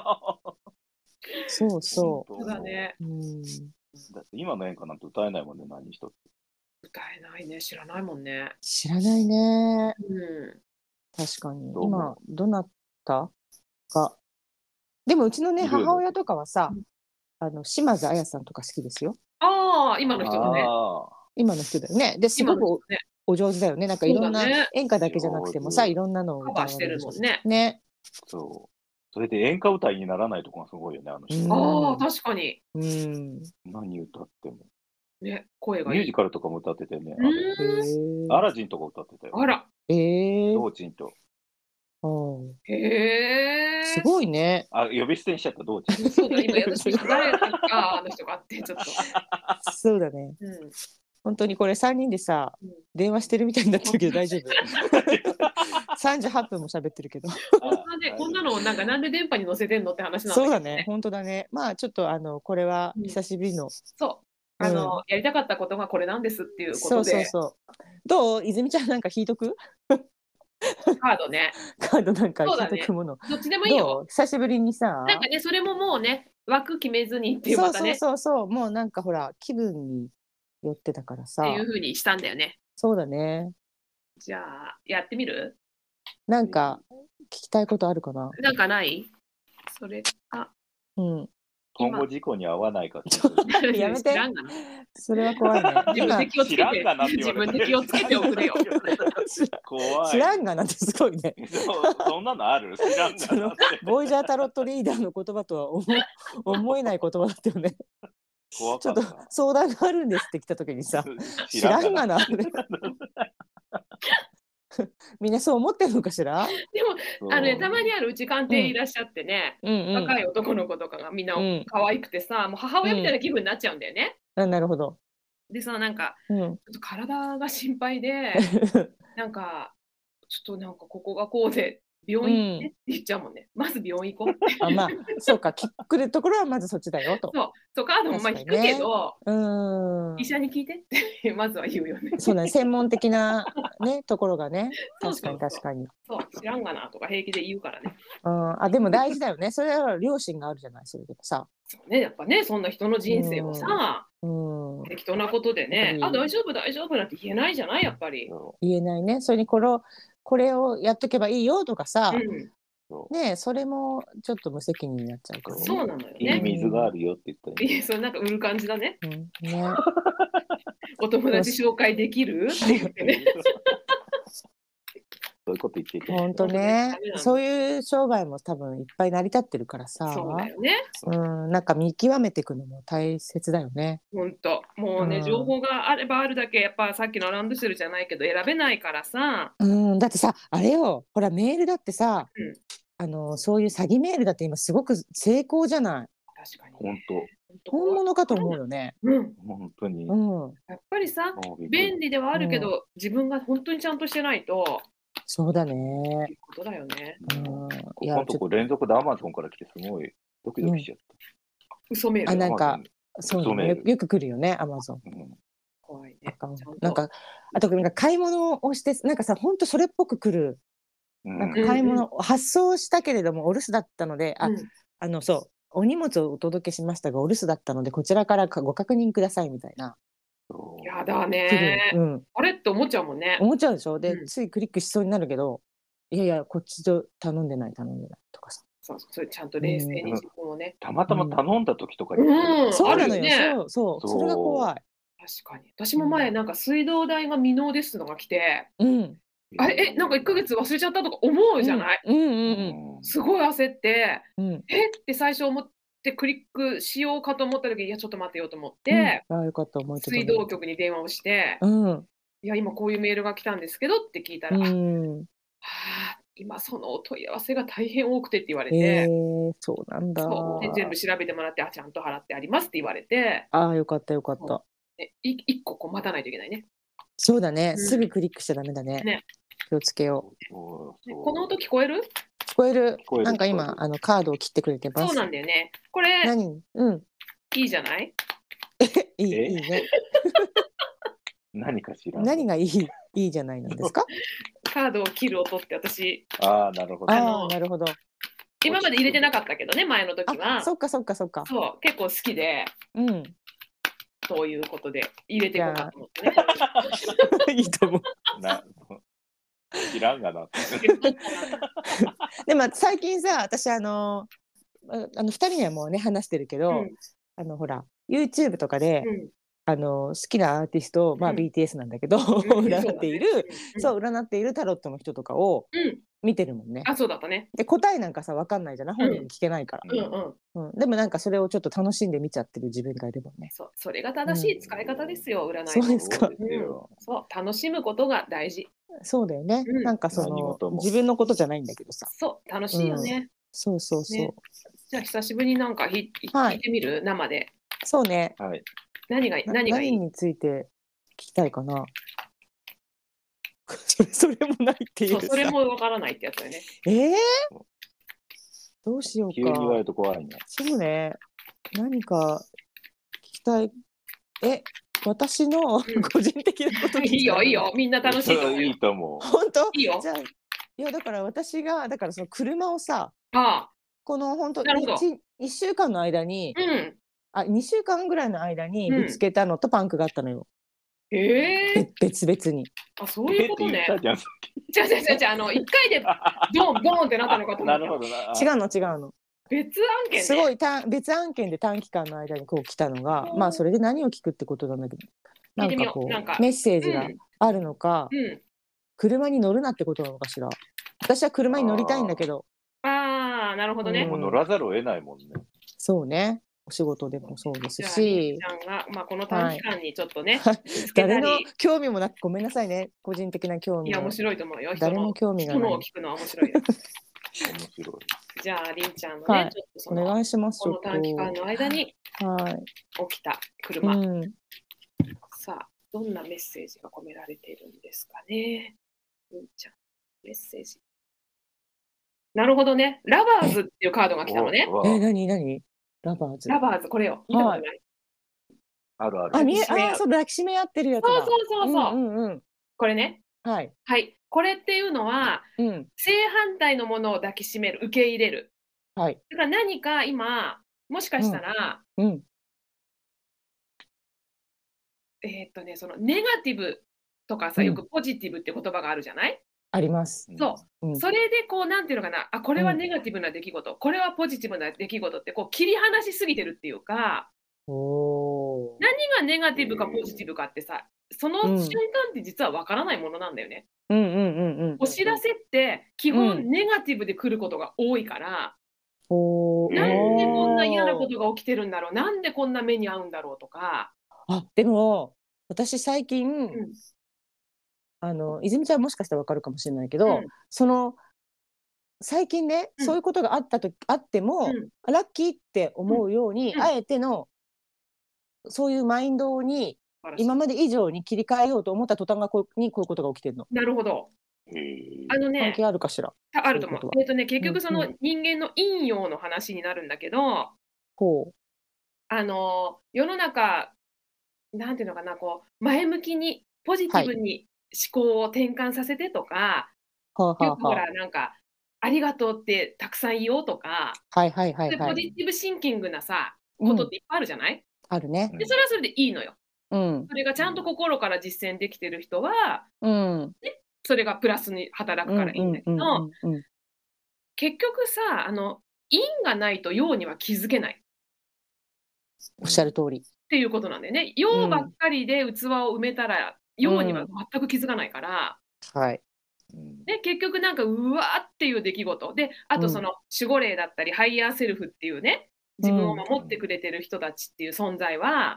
そう。 そうだね。 だって今の演歌なんて歌えないもんね、何一つ。 歌えないね、知らないもんね。 知らないね。確かに。今、どなたが。でもうちのね、母親とかはさ、島津亜矢さんとか好きですよ。 今の人だね。 今の人だよね。で、すごくお上手だよね。なんかいろんな演歌だけじゃなくてもさ、いろんなのを歌してるもんね。 ね。 そう。それで演歌歌いにならないとこがすごいよね、あの人。 確かに。 何歌っても。 ね、声がいい。 ミュージカルとかも歌っててね。アラジンとか歌ってたよ。 あら。 道珍と。 へえ。 すごいね。 呼び捨てにしちゃったどうそうだ、今私誰だかあの人がってちょっと。 そうだね。本当にこれ3人でさ、電話してるみたいになってるけど大丈夫？38分も喋ってるけど。 こんなのなんで電波に乗せてんのって話なんだけどね。 そうだね、本当だね。まあちょっとこれは久しぶりの。 そう。やりたかったことがこれなんですっていうことで。 そう。どう？泉ちゃんなんか引いとく？ カードね。 カードなんか引いとくもの。 どっちでもいいよ。 久しぶりにさ。 なんかね、それももうね、枠決めずにっていうまたね。 そう。もうなんかほら、気分に寄ってたからさ。 っていう風にしたんだよね。 そうだね。 じゃあ、やってみる？ なんか、聞きたいことあるかな？ なんかない？それか。 今後事故に遭わないかやめて。それは怖いね。 自分で気をつけて。自分で気をつけておくれよ。 怖い。 知らんがなってすごいね。 そんなのある？知らんがなって。 ボイジャータロットリーダーの言葉とは思えない言葉だったよね。ちょっと相談があるんですって来た時にさ、知らんがな。みんなそう思ってるのかしら？ でもたまにあるうち鑑定いらっしゃってね、若い男の子とかがみんな可愛くてさ、もう母親みたいな気分になっちゃうんだよね。 なるほど。 でさ、なんかちょっと体が心配でなんかちょっとなんかここがこうで病院って言っちゃうもんね。まず病院行こうって。 まあそうか、来るところはまずそっちだよと。 そうカードもまあ引くけど、医者に聞いてってまずは言うよね。 そうね、専門的なねところがね。確かに。 そう知らんがなとか平気で言うからね。 でも大事だよね。それは両親があるじゃない、それでさ。 そうね、やっぱね、そんな人の人生をさ、適当なことでね、大丈夫なんて言えないじゃない、やっぱり。 言えないね。それにこれをやっとけばいいよとかさ、ね、それもちょっと無責任になっちゃうからね。 そうなのよね。 いい水があるよって言ったら。そうなんか売る感じだね。お友達紹介できるって言ってね。 そういうこと言っていて。 本当ね。そういう商売も多分いっぱい成り立ってるからさ。 そうだよね。 なんか見極めていくのも大切だよね。 本当。もうね、情報があればあるだけ、やっぱさっきのランドセルじゃないけど選べないからさ。 だってさ、あれよ、ほらメールだってさ、そういう詐欺メールだって今すごく成功じゃない。 確かに。 本当。 本物かと思うよね。 本当に。 やっぱりさ、便利ではあるけど、自分が本当にちゃんとしてないと。 そうだね。 いうことだよね。 本当連続でアマゾンから来てすごいドキドキしちゃった。 嘘メール。 なんかそうね、よく来るよね、アマゾン。 怖いね。 なんかあとなんか買い物をしてなんかさ、本当それっぽく来る。なんか買い物発送したけれどもお留守だったので、そうお荷物をお届けしましたがお留守だったのでこちらからご確認くださいみたいな。 やだね。あれって思っちゃうもんね。 思っちゃうでしょ。で、ついクリックしそうになるけど、いやこっちと頼んでないとかさ。 それちゃんと冷静に自分をね。 たまたま頼んだ時とかに。そうなのよ。そう。それが怖い。 確かに。私も前なんか水道代が未納ですのが来て。なんか1ヶ月忘れちゃったとか思うじゃない。すごい焦って、って最初思ってクリックしようかと思った時に、いやちょっと待ってよと思って、水道局に電話をして、いや今こういうメールが来たんですけどって聞いたら、今そのお問い合わせが大変多くてって言われて、 そうなんだ。 で全部調べてもらって、ちゃんと払ってありますって言われて、 よかった。 1個こう待たないといけないね。 そうだね、すぐクリックしちゃダメだね。気をつけよう。 この音聞こえる？ 聞こえる。なんか今カードを切ってくれてます。 そうなんだよね。これいいじゃない？ いいね。 何かしら。 何がいいじゃないなんですか？ カードを切る音って私。 なるほど。 なるほど。 今まで入れてなかったけどね、前の時は。 そっか。そう結構好きで。そういうことで入れていこうかと思ってね。 いいと思う。 知らんがな。 でも最近さ、私2人にはもうね話してるけど、ほら YouTube とかで、好きなアーティスト、BTS なんだけど、占っているタロットの人とかを見てるもんね。 そうだったね。 で答えなんかさ分かんないじゃない、本人に聞けないから。でもなんかそれをちょっと楽しんで見ちゃってる自分がいるもんね。 それが正しい使い方ですよ、占い。 そうですか。 そう、楽しむことが大事。 そうだよね。なんかその自分のことじゃないんだけどさ。 そう楽しいよね。 そうそうそう。 じゃあ久しぶりになんか聞いてみる、生で。 そうね。 何がいい？ 何について聞きたいかな。それもないっていう。 それもわからないってやつだよね。 どうしようか。 急に言われると怖いね。 そうね。何か聞きたい。私の個人的なこといいよいいよ、みんな楽しいと思う。 いいと思う。 本当？ いいよ。 じゃあ、いやだから私がその車をさ、この本当1週間の間に、2週間ぐらいの間にぶつけたのとパンクがあったのよ。別々に。 あ、そういうことね。違う、1回でドンボンってなったのかと思った。なるほどな。 違うの。別案件ね。 すごい別案件で短期間の間にこう来たのが、まあそれで何を聞くってことなんだけど、なんかこうメッセージがあるのか、車に乗るなってことなのかしら。私は車に乗りたいんだけど。 ああ、なるほどね。 もう乗らざるを得ないもんね。 そうね。お仕事でもそうですし。 ちゃんがまあこの短期間にちょっとね、 誰の興味もなくごめんなさいね。個人的な興味。 いや面白いと思うよ。 誰も興味がない。 人のを聞くのは面白いよ。 面白い。 じゃありんちゃんのね、ちょっとお願いします。 この短期間の間に起きた車。さあどんなメッセージが込められているんですかね。りんちゃんメッセージ。なるほどね。ラバーズっていうカードが来たのね。 何？ラバーズこれよ。見たことない。 ある。 そう抱きしめ合ってるやつだ。 そう。これね。はい。これっていうのは、正反対のものを抱きしめる、受け入れる。だから何か今、もしかしたら、そのネガティブとかさ、よくポジティブって言葉があるじゃない？ あります。 そう。それでこう、なんていうのかな、これはネガティブな出来事、これはポジティブな出来事って、こう、切り離しすぎてるっていうか、何がネガティブかポジティブかってさ、その瞬間って実はわからないものなんだよね。お知らせって基本ネガティブで来ることが多いから、なんでこんな嫌なことが起きてるんだろう、なんでこんな目に遭うんだろうとか。 でも私最近、泉ちゃんもしかしたらわかるかもしれないけど、その最近ね、そういうことがあっても、ラッキーって思うように、あえてのそういうマインドに今まで以上に切り替えようと思った途端がこういうことが起きてるの。 なるほど。 関係あるかしら。 あると思う。結局その人間の陰陽の話になるんだけど、世の中なんていうのかな、こう前向きにポジティブに思考を転換させてとか、よくほらなんかありがとうってたくさん言おうとか、ポジティブシンキングなさことっていっぱいあるじゃない？ あるね。 でそれはそれでいいのよ。それがちゃんと心から実践できてる人は、それがプラスに働くからいいんだけど、結局さ、因がないと陽には気づけない。 おっしゃる通り。 っていうことなんだよね。陽ばっかりで器を埋めたら、陽には全く気づかないから、で結局なんかうわーっていう出来事で、あとその守護霊だったりハイヤーセルフっていうね、自分を守ってくれてる人たちっていう存在は、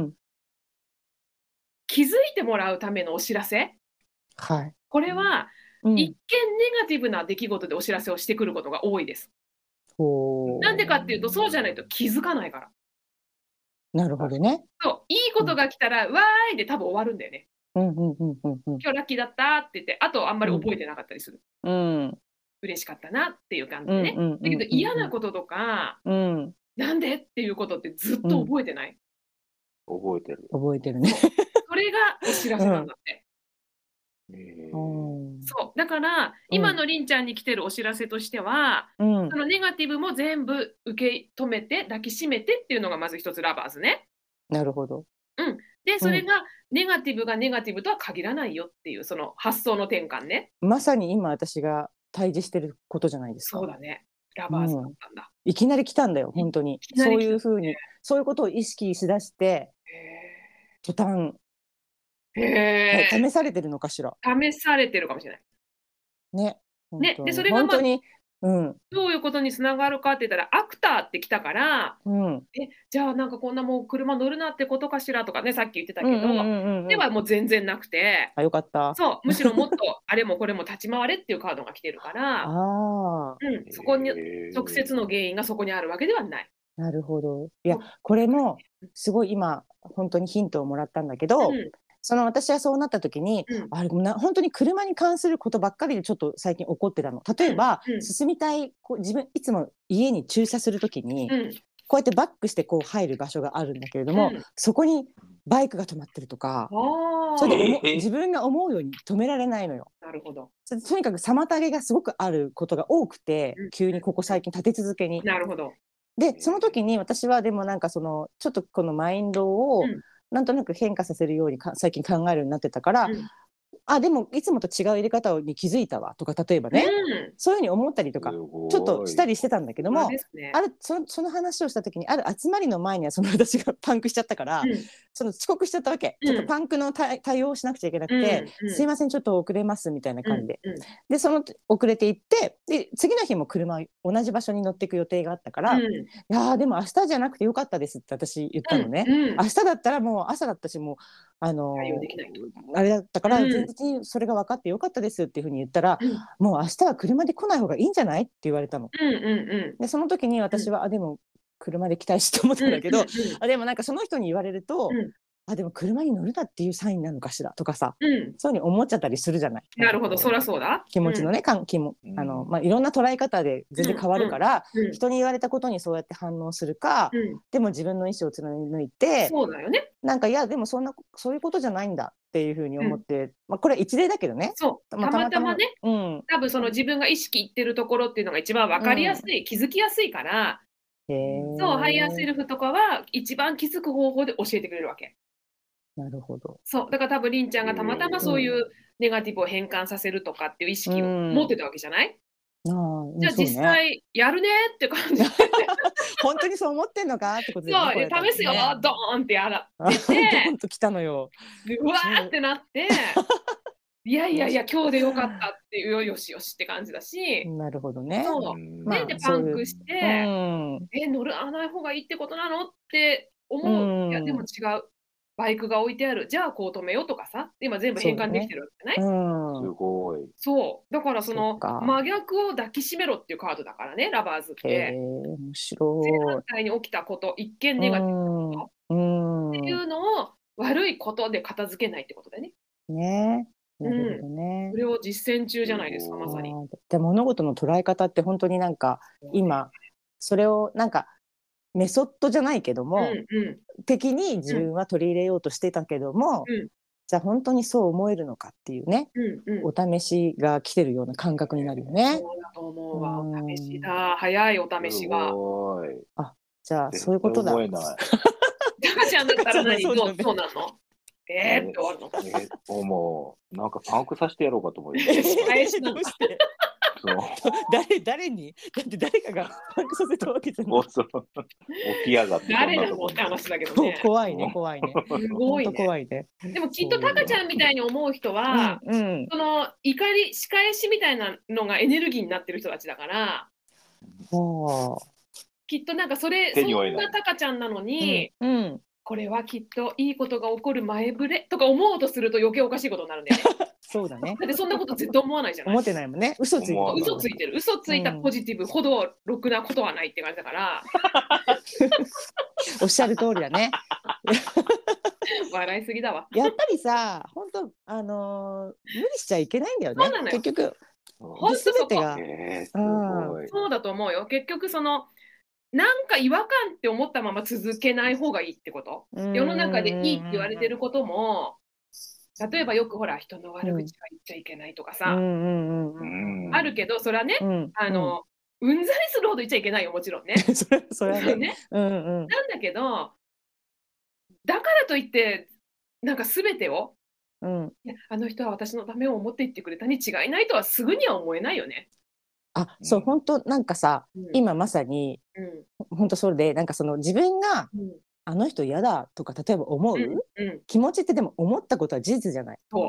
気づいてもらうためのお知らせ、これは一見ネガティブな出来事でお知らせをしてくることが多いです。なんでかっていうと、そうじゃないと気づかないから。 なるほどね。 そう、いいことが来たら、わーいで多分終わるんだよね。今日ラッキーだったって言って、あとあんまり覚えてなかったりする。嬉しかったなっていう感じでね。だけど嫌なこととか、なんでっていうことってずっと覚えてない？ 覚えてる。 覚えてるね。 それがお知らせなんだって。そう。だから、今のりんちゃんに来てるお知らせとしては、そのネガティブも全部受け止めて、抱きしめてっていうのがまず一つラバーズね。 なるほど。 で、それがネガティブがネガティブとは限らないよっていう、その発想の転換ね。 まさに今私が対峙してることじゃないですか。 そうだね。ラバーズだったんだ。 いきなり来たんだよ、本当に。そういうふうに、そういうことを意識しだして、途端、試されてるのかしら。 試されてるかもしれない。 ね。 で、それが本当に、 どういうことにつながるかって言ったら、アクターって来たから、じゃあなんかこんなもう車乗るなってことかしらとかね、さっき言ってたけど、ではもう全然なくて、 よかった。 そう、むしろもっとあれもこれも立ち回れっていうカードが来てるから、そこに直接の原因がそこにあるわけではない。 なるほど。いや、これもすごい今本当にヒントをもらったんだけど、その私はそうなった時に、あれ本当に車に関することばっかりでちょっと最近怒ってたの。例えば、進みたい自分いつも家に駐車する時に、こうやってバックしてこう入る場所があるんだけれども、そこにバイクが止まってるとか、それで自分が思うように止められないのよ。 なるほど。 とにかく妨げがすごくあることが多くて、急にここ最近立て続けに。 なるほど。 でその時に私はでもなんかちょっとこのマインドをなんとなく変化させるように最近考えるようになってたから、でもいつもと違う入れ方に気づいたわとか、例えばね、そういうふうに思ったりとかちょっとしたりしてたんだけども、その話をした時にある集まりの前にはその私がパンクしちゃったから、その遅刻しちゃったわけ、ちょっとパンクの対応をしなくちゃいけなくて、すいませんちょっと遅れますみたいな感じで、でその遅れて行って、で次の日も車同じ場所に乗っていく予定があったから、いやでも明日じゃなくてよかったですって私言ったのね、明日だったらもう朝だったしもうあれだったから全然それが分かってよかったですっていうふうに言ったら、もう明日は車で来ない方がいいんじゃないって言われたの。でその時に私は、でも車で来たいしと思ったんだけど、でもなんかその人に言われると、でも車に乗るなっていうサインなのかしらとかさ、そういうふうに思っちゃったりするじゃない。 なるほど、そりゃそうだ。 気持ちのね、いろんな捉え方で全然変わるから、人に言われたことにそうやって反応するか、でも自分の意思を貫いて、 そうだよね。 なんかいやでもそういうことじゃないんだっていうふうに思って、これは一例だけどね。 そうたまたまね、多分その自分が意識いってるところっていうのが一番分かりやすい、気づきやすいから、そうハイヤーセルフとかは一番気づく方法で教えてくれるわけ。 なるほど。 そうだから多分りんちゃんがたまたまそういうネガティブを変換させるとかっていう意識を持ってたわけじゃない、じゃあ実際やるねって感じで本当にそう思ってんのかってことで、 ね、そう試すよ、ドーンってやられてドーンと来たのよ。 うわーってなっていやいやいや今日でよかったっていうよしよしって感じだし、 なるほどね。 そうでパンクして乗らない方がいいってことなのって思う。いやでも違う、バイクが置いてある、じゃあこう止めようとかさ、今全部変換できてるわけじゃない。 すごい。 そうだからその真逆を抱きしめろっていうカードだからね、ラバーズって。 面白い。 正反対に起きたこと、一見ネガティブなことっていうのを悪いことで片付けないってことだよね。 ね。なるほどね。 それを実践中じゃないですか、まさに。 で物事の捉え方って本当になんか今それをなんかメソッドじゃないけども、的に自分は取り入れようとしてたけども、じゃあ本当にそう思えるのかっていうね、お試しが来てるような感覚になるよね。 そうだと思うわ、お試しだ、早いお試しが。 じゃあそういうことだ。 タカちゃんだったら何そうなの？って終わるの？ もうなんかパンクさせてやろうかと思います。 誰にだって誰かがパンクさせたわけじゃない。起き上がって誰なのって話だけどね。 怖いね怖いね。 すごいね。 怖いね。 でもきっとタカちゃんみたいに思う人は、その怒り仕返しみたいなのがエネルギーになってる人たちだから、きっとなんかそんなタカちゃんなのに、これはきっといいことが起こる前触れとか思おうとすると余計おかしいことになるんだよね。 そうだね。 だってそんなこと絶対思わないじゃない。 思ってないもんね。嘘ついてる。 嘘ついたポジティブほどろくなことはないって感じだから。 おっしゃる通りだね。 笑いすぎだわ。 やっぱりさ、本当無理しちゃいけないんだよね。 そうなのよ。 結局本当全てがそうだと思うよ。結局そのなんか違和感って思ったまま続けない方がいいってこと。世の中でいいって言われてることも、例えばよくほら人の悪口は言っちゃいけないとかさ、あるけどそれはね、うんざりするほど言っちゃいけないよ、もちろんね。 それはね。 なんだけど、だからといってなんか全てを、いやあの人は私のためを思って言ってくれたに違いないとはすぐには思えないよね。 そう本当なんかさ、今まさに、本当それでなんかその自分が、あの人嫌だとか例えば思う、気持ちってでも思ったことは事実じゃない。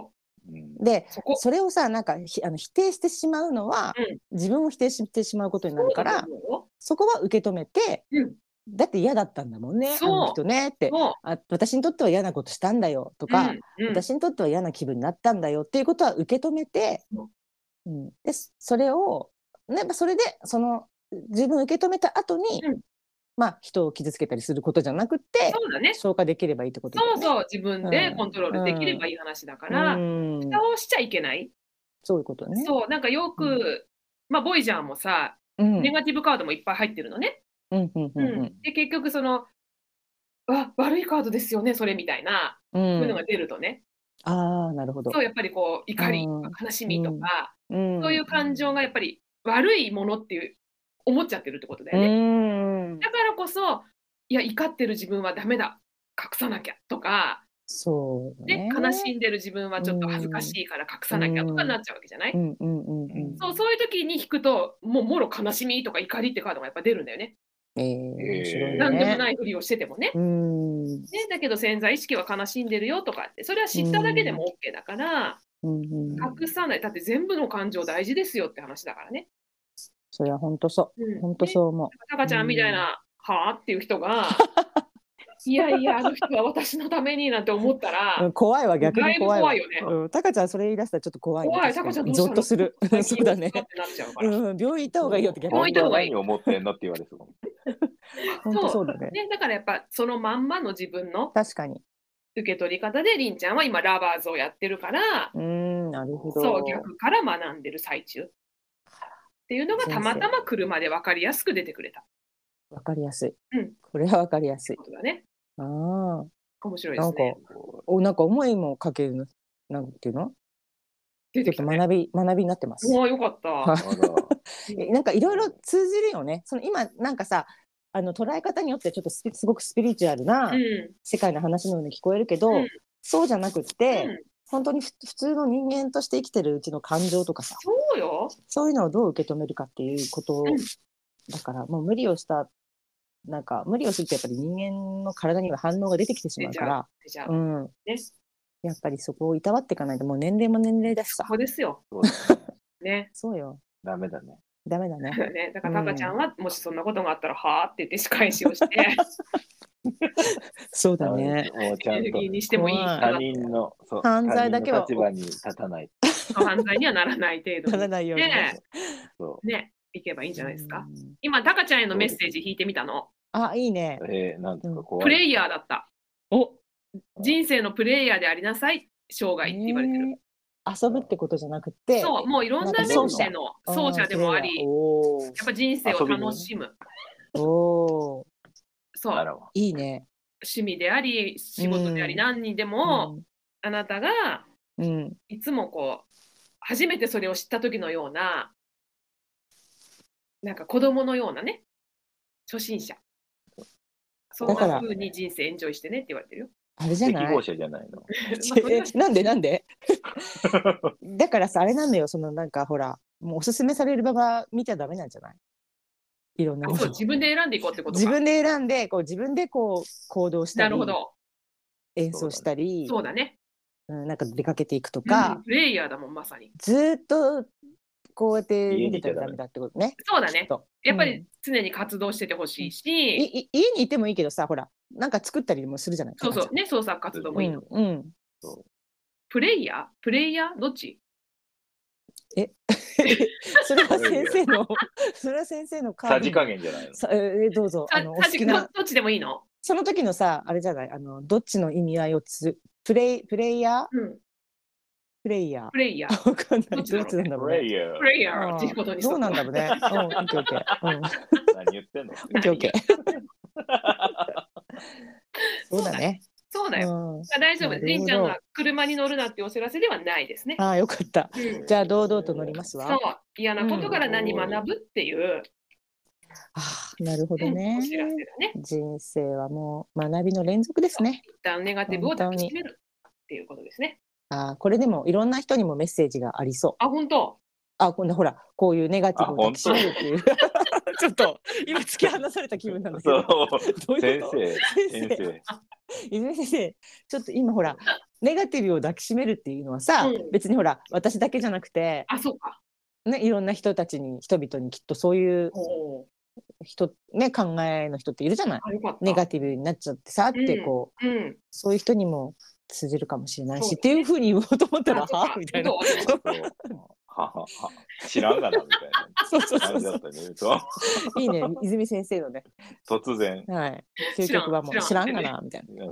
でそれをさなんか否定してしまうのは、自分を否定してしまうことになるから、そこは受け止めて、だって嫌だったんだもんね、あの人ねって、私にとっては嫌なことしたんだよとか、私にとっては嫌な気分になったんだよっていうことは受け止めて、でそれを、ね、それでその自分を受け止めた後に、まあ人を傷つけたりすることじゃなくて、消化できればいいってことだよね。 そう自分でコントロールできればいい話だから、蓋をしちゃいけない。 そういうことね。 そうなんかよく、まあボイジャーもさ、ネガティブカードもいっぱい入ってるのね。で結局その悪いカードですよねそれみたいな、そういうのが出るとね。 なるほど。 そうやっぱりこう怒りとか悲しみとか、そういう感情がやっぱり悪いものっていう思っちゃってるってことだよね。だからこそいや怒ってる自分はダメだ隠さなきゃとか、 そうね、 悲しんでる自分はちょっと恥ずかしいから隠さなきゃとかなっちゃうわけじゃない。そういう時に引くともろ悲しみとか怒りってカードがやっぱ出るんだよね。何でもないふりをしててもね。だけど潜在意識は悲しんでるよとかってそれは知っただけでも OK だから、隠さない。だって全部の感情大事ですよって話だからね。 それは本当そう、本当そう思う。 タカちゃんみたいな、はあっていう人がいやいやあの人は私のためになんて思ったら怖いわ、逆に怖いわ。 よね。 タカちゃんそれ言い出したらちょっと怖い。 怖い。タカちゃんゾッとする。そうだね。病院行った方がいいよって逆に。 本当は何を思ってんのって言われそう。 本当そうだね。 だからやっぱそのまんまの自分の確かに受け取り方でりんちゃんは今ラバーズをやってるから、 なるほど。 そう逆から学んでる最中っていうのがたまたま車で分かりやすく出てくれた。 分かりやすい。これは分かりやすい。 ことだね。 面白いですね。 なんか思いもかけるなんていうの？ちょっと学びになってます。 よかった。 なんかいろいろ通じるよね。その今なんかさ捉え方によってちょっとすごくスピリチュアルな世界の話のように聞こえるけど、そうじゃなくって、本当に普通の人間として生きてるうちの感情とかさ、そういうのをどう受け止めるかっていうことだから、もう無理をするとやっぱり人間の体には反応が出てきてしまうから、やっぱりそこをいたわっていかないと、もう年齢も年齢だしさ。 そうですよ。ね。 そうよ。 ダメだね。 ダメだね。 だからタカちゃんはもしそんなことがあったらはあって言って仕返しをしてそうだね。 もうちゃんとにしてもいい他人の犯罪だけは立場に立たない。 犯罪にはならない程度にならないようにねいけばいいんじゃないですか。今タカちゃんへのメッセージ引いてみたの。 いいね。 なんですか、怖い。 プレイヤーだった。人生のプレイヤーでありなさい生涯って言われてる。 遊ぶってことじゃなくて、 そうもういろんな面での奏者でもあり、やっぱ人生を楽しむ。そういいね。 趣味であり仕事であり何にでも、あなたがいつもこう初めてそれを知った時のようななんか子供のようなね初心者、そんな風に人生エンジョイしてねって言われてるよ。 あれじゃない？ 適合者じゃないの？ なんでだからさ、あれなんだよ、そのなんかほら、もうおすすめされる場が見ちゃダメなんじゃない？いろんなもの。 自分で選んでいこうってことか。 自分で選んで自分で行動したり、 なるほど、 演奏したり、 そうだね。 なんか出かけていくとか、 プレイヤーだもんまさに。 ずっとこうやって見てちゃダメだってことね。 そうだね。やっぱり常に活動しててほしいし、 家にいてもいいけどさ、ほらなんか作ったりもするじゃない。 そうね、創作活動もいいの。プレイヤーどっち？ それは先生のカード。 さじ加減じゃないの？ どうぞ。 どっちでもいいの？ その時のさ、あれじゃない、どっちの意味合いをプレイヤー？プレイヤー。わかんない。どっちなんだろうね。 プレイヤーっていうことにしとく。 どうなんだろうね。オッケー。 何言ってんの？ オッケー。そうだね。 そうだよ。大丈夫。りんちゃんが車に乗るなってお知らせではないですね。 よかった。じゃあ堂々と乗りますわ。 そう。嫌なことから何学ぶっていう。 なるほどね。 お知らせだね。 人生はもう学びの連続ですね。 一旦ネガティブを抱きしめるっていうことですね。 これでもいろんな人にもメッセージがありそう。 本当。 今度ほらこういうネガティブを抱きしめるっていうちょっと今突き放された気分なんだけど。 先生泉先生、ちょっと今ほらネガティブを抱きしめるっていうのはさ、別にほら私だけじゃなくて、 そうか、 ね、いろんな人々にきっとそういう人、ね、考えの人っているじゃない。ネガティブになっちゃってさってこう、そういう人にも通じるかもしれないし、っていうふうに言おうと思ったらはみたいな。 知らんがなみたいな。 いいね、泉先生のね。 突然。 はい。究極はもう知らんがなみたいな。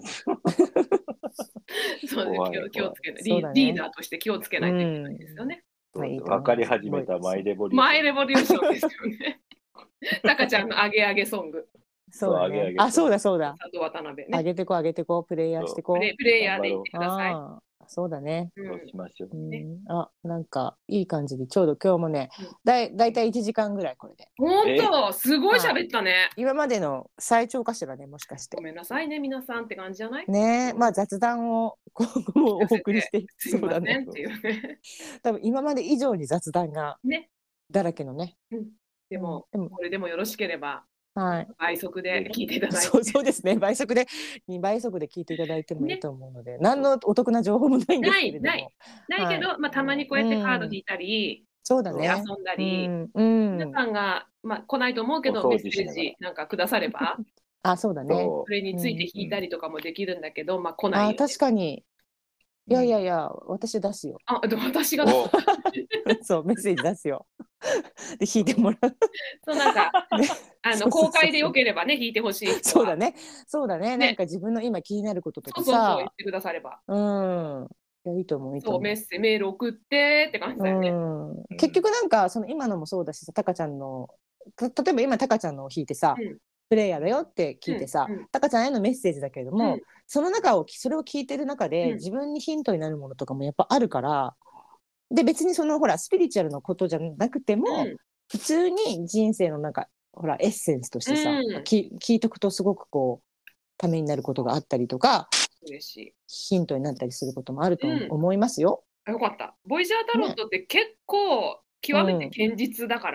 そうね、気をつけない。リーダーとして気をつけないといけないですよね。 分かり始めたマイレボリューション。 マイレボリューションですよね。タカちゃんのアゲアゲソング。 そうだね。あ、そうだそうだ。 佐藤渡辺ね。 上げてこう上げてこう、プレイヤーしてこう。 プレイヤーで言ってください。 そうだね。 そうしましょうね。 なんかいい感じで、ちょうど今日もね、だいたい1時間ぐらいこれで。 本当、すごい喋ったね。 今までの最長かしらね、もしかして。 ごめんなさいね、皆さんって感じじゃない？ ね、まあ雑談を今後もお送りして、 そうだね。 多分今まで以上に雑談がだらけのね。 でもこれでもよろしければ。倍速で聞いていただいて。そうですね。倍速で2倍速で聞いていただいてもいいと思うので、何のお得な情報もないんですけれども。 ないけど、まあたまにこうやってカード引いたり、 そうだね。 遊んだり、皆さんがまあ来ないと思うけどメッセージなんかくだされば、 そうだね。 それについて引いたりとかもできるんだけど、まあ来ない。 確かに。いや、私出すよ。 でも私がそうメッセージ出すよ。で引いてもらう。 そうなんか公開でよければね引いてほしい人は。 そうだね。なんか自分の今気になることとかさ。 そう言ってくだされば。 いいと思う。 そうメール送ってって感じだよね。 結局なんかその今のもそうだしさ、タカちゃんの例えば今タカちゃんのを引いてさ。プレイヤーだよって聞いてさ、タカちゃんへのメッセージだけれども、それを聞いてる中で、自分にヒントになるものとかもやっぱあるから、で別にそのほらスピリチュアルのことじゃなくても、普通に人生のなんかほらエッセンスとしてさ、聞いとくとすごくこうためになることがあったりとか、 嬉しいヒントになったりすることもあると思いますよ。 よかった。ボイジャータロットって結構極めて堅実だから。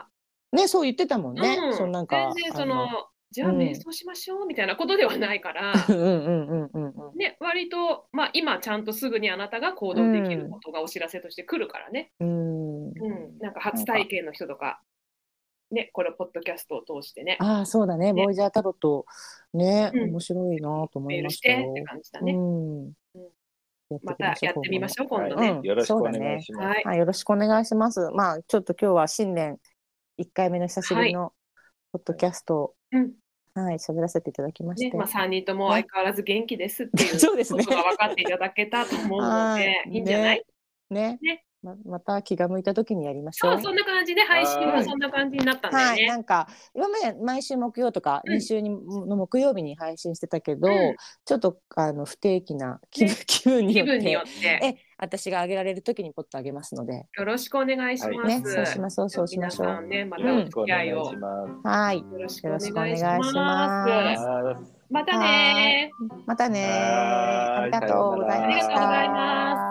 ね、そう言ってたもんね。 全然じゃあ瞑想しましょうみたいなことではないからね、割とまあ今ちゃんとすぐにあなたが行動できることがお知らせとして来るからね。なんか初体験の人とかね、これポッドキャストを通してね。 そうだね。ボイジャータロットね、面白いなと思いましたよ。 メールしてって感じだね。またやってみましょう今度ね。 よろしくお願いします。 よろしくお願いします。まあちょっと今日は新年1回目の久しぶりのポッドキャストを喋らせていただきまして、 3人とも相変わらず元気ですっていうことが分かっていただけたと思うのでいいんじゃない？ ね。また気が向いた時にやりましょう。 そんな感じで配信もそんな感じになったんだよね。 なんか今まで毎週木曜とか2週の木曜日に配信してたけど、ちょっと不定期な気分によって私が上げられる時にポッと上げますのでよろしくお願いします。 そうしましょう。 皆さんね、またお付き合いをよろしくお願いします。またね。 ありがとうございました。